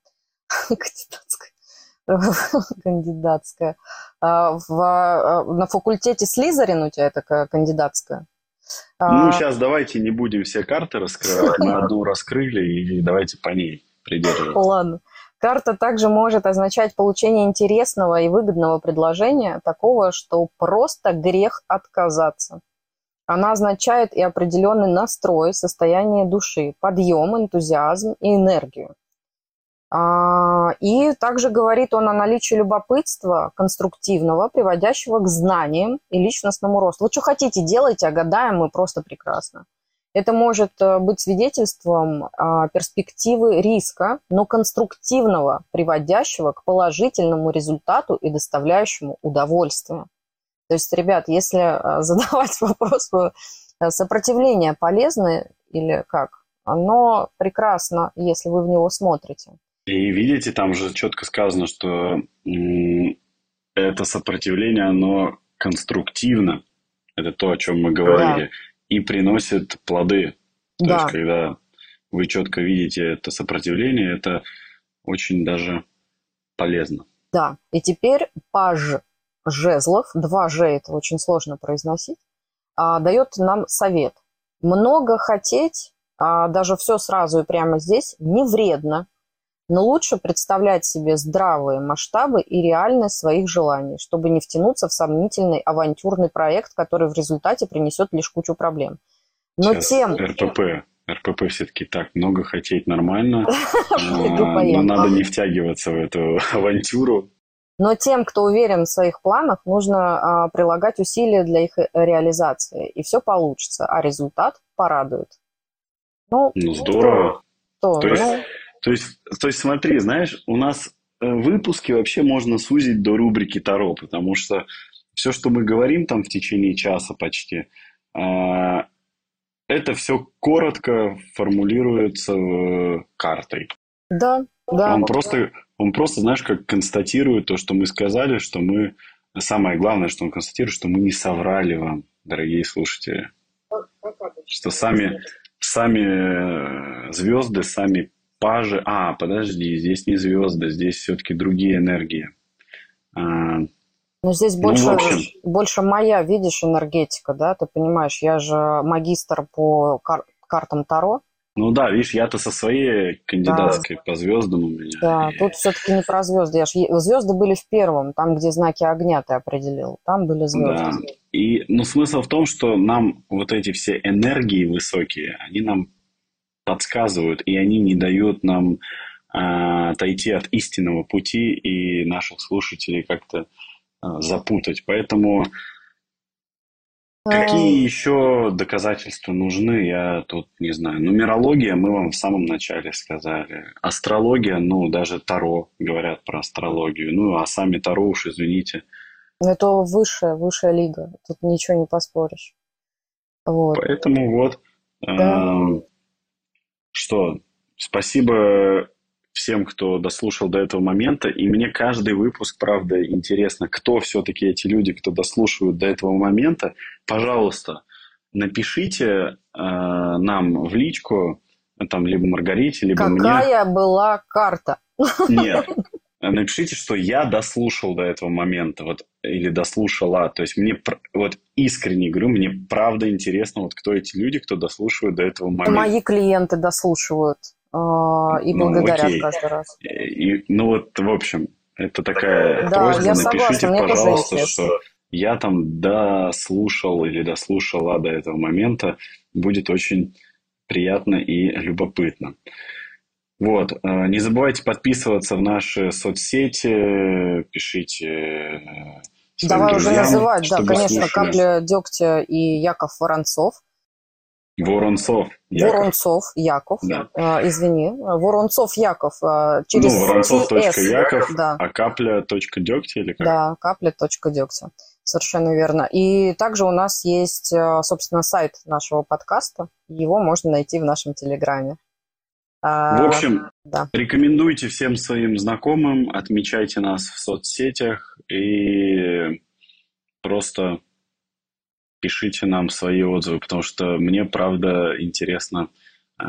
Кандидатская. На факультете Слизерин у тебя такая кандидатская? Сейчас давайте не будем все карты раскрывать. Мы одну раскрыли, и давайте по ней придерживаться. Ладно. Карта также может означать получение интересного и выгодного предложения, такого, что просто грех отказаться. Она означает и определенный настрой, состояние души, подъем, энтузиазм и энергию. И также говорит он о наличии любопытства конструктивного, приводящего к знаниям и личностному росту. Вот что хотите, делайте, а гадаем мы просто прекрасно. Это может быть свидетельством перспективы риска, но конструктивного, приводящего к положительному результату и доставляющему удовольствие. То есть, ребят, если задавать вопрос, сопротивление полезно или как, оно прекрасно, если вы в него смотрите. И видите, там же четко сказано, что это сопротивление, оно конструктивно. Это то, о чем мы говорили. Да. И приносит плоды. То есть, когда вы четко видите это сопротивление, это очень даже полезно. Да. И теперь Паж Жезлов, 2 Ж, это очень сложно произносить, дает нам совет. Много хотеть, даже все сразу и прямо здесь, не вредно. Но лучше представлять себе здравые масштабы и реальность своих желаний, чтобы не втянуться в сомнительный авантюрный проект, который в результате принесет лишь кучу проблем. Но сейчас РПП все-таки так, много хотеть нормально, но надо не втягиваться в эту авантюру. Но тем, кто уверен в своих планах, нужно прилагать усилия для их реализации, и все получится, а результат порадует. Здорово. То есть, смотри, знаешь, у нас выпуски вообще можно сузить до рубрики Таро, потому что все, что мы говорим там в течение часа почти, это все коротко формулируется картой. Да. Он просто, знаешь, как констатирует то, что мы сказали, что мы... Самое главное, что он констатирует, что мы не соврали вам, дорогие слушатели. Что сами звезды, сами пажи... подожди, здесь не звезды, здесь все-таки другие энергии. Но здесь больше моя, видишь, энергетика, да? Ты понимаешь, я же магистр по картам Таро. Ну да, видишь, я-то со своей кандидатской по звездам у меня. Да, тут все-таки не про звезды. Звезды были в первом, там, где знаки огня ты определил. Там были звезды. Да. Смысл в том, что нам вот эти все энергии высокие, они нам подсказывают, и они не дают нам отойти от истинного пути и наших слушателей как-то запутать. Поэтому Ай, какие еще доказательства нужны, я тут не знаю. Нумерология мы вам в самом начале сказали. Астрология, ну, даже Таро говорят про астрологию. Ну, а сами Таро уж, извините. это высшая лига. Тут ничего не поспоришь. Вот. Поэтому вот, Да. эм, что, спасибо всем, кто дослушал до этого момента. И мне каждый выпуск, правда, интересно, кто все-таки эти люди, кто дослушивают до этого момента. Пожалуйста, напишите нам в личку, там, либо Маргарите, либо мне. Какая была карта? Нет, напишите, что я дослушал до этого момента, вот, или дослушала. То есть мне, вот искренне говорю, мне правда интересно, вот кто эти люди, кто дослушивает до этого момента. Мои клиенты дослушивают и Ну, благодарят окей. каждый раз. Ну вот, в общем, это такая Да, просьба, я согласна, напишите, мне тоже пожалуйста, интересно. что я там дослушал или дослушала до этого момента. Будет очень приятно и любопытно. Вот. Не забывайте подписываться в наши соцсети, пишите своим Давай уже друзьям, называть, да, чтобы конечно, слушали. Капля дегтя и Яков Воронцов. Воронцов Яков. Воронцов Яков, Да. извини, Воронцов Яков через Ну, TS, Воронцов.Яков, да, а капля.дегтя или как? да, капля.дегтя, совершенно верно. И также у нас есть, собственно, сайт нашего подкаста, его можно найти в нашем Телеграме. В общем, Да. рекомендуйте всем своим знакомым, отмечайте нас в соцсетях и просто пишите нам свои отзывы, потому что мне, правда, интересно, э,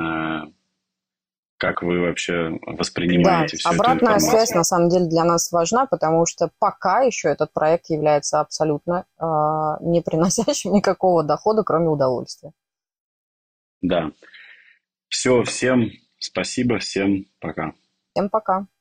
как вы вообще Да, воспринимаете всю эту обратная связь информацию. на самом деле для нас важна, потому что пока еще этот проект является абсолютно не приносящим никакого дохода, кроме удовольствия. Да. Все, всем спасибо, всем пока. Всем пока.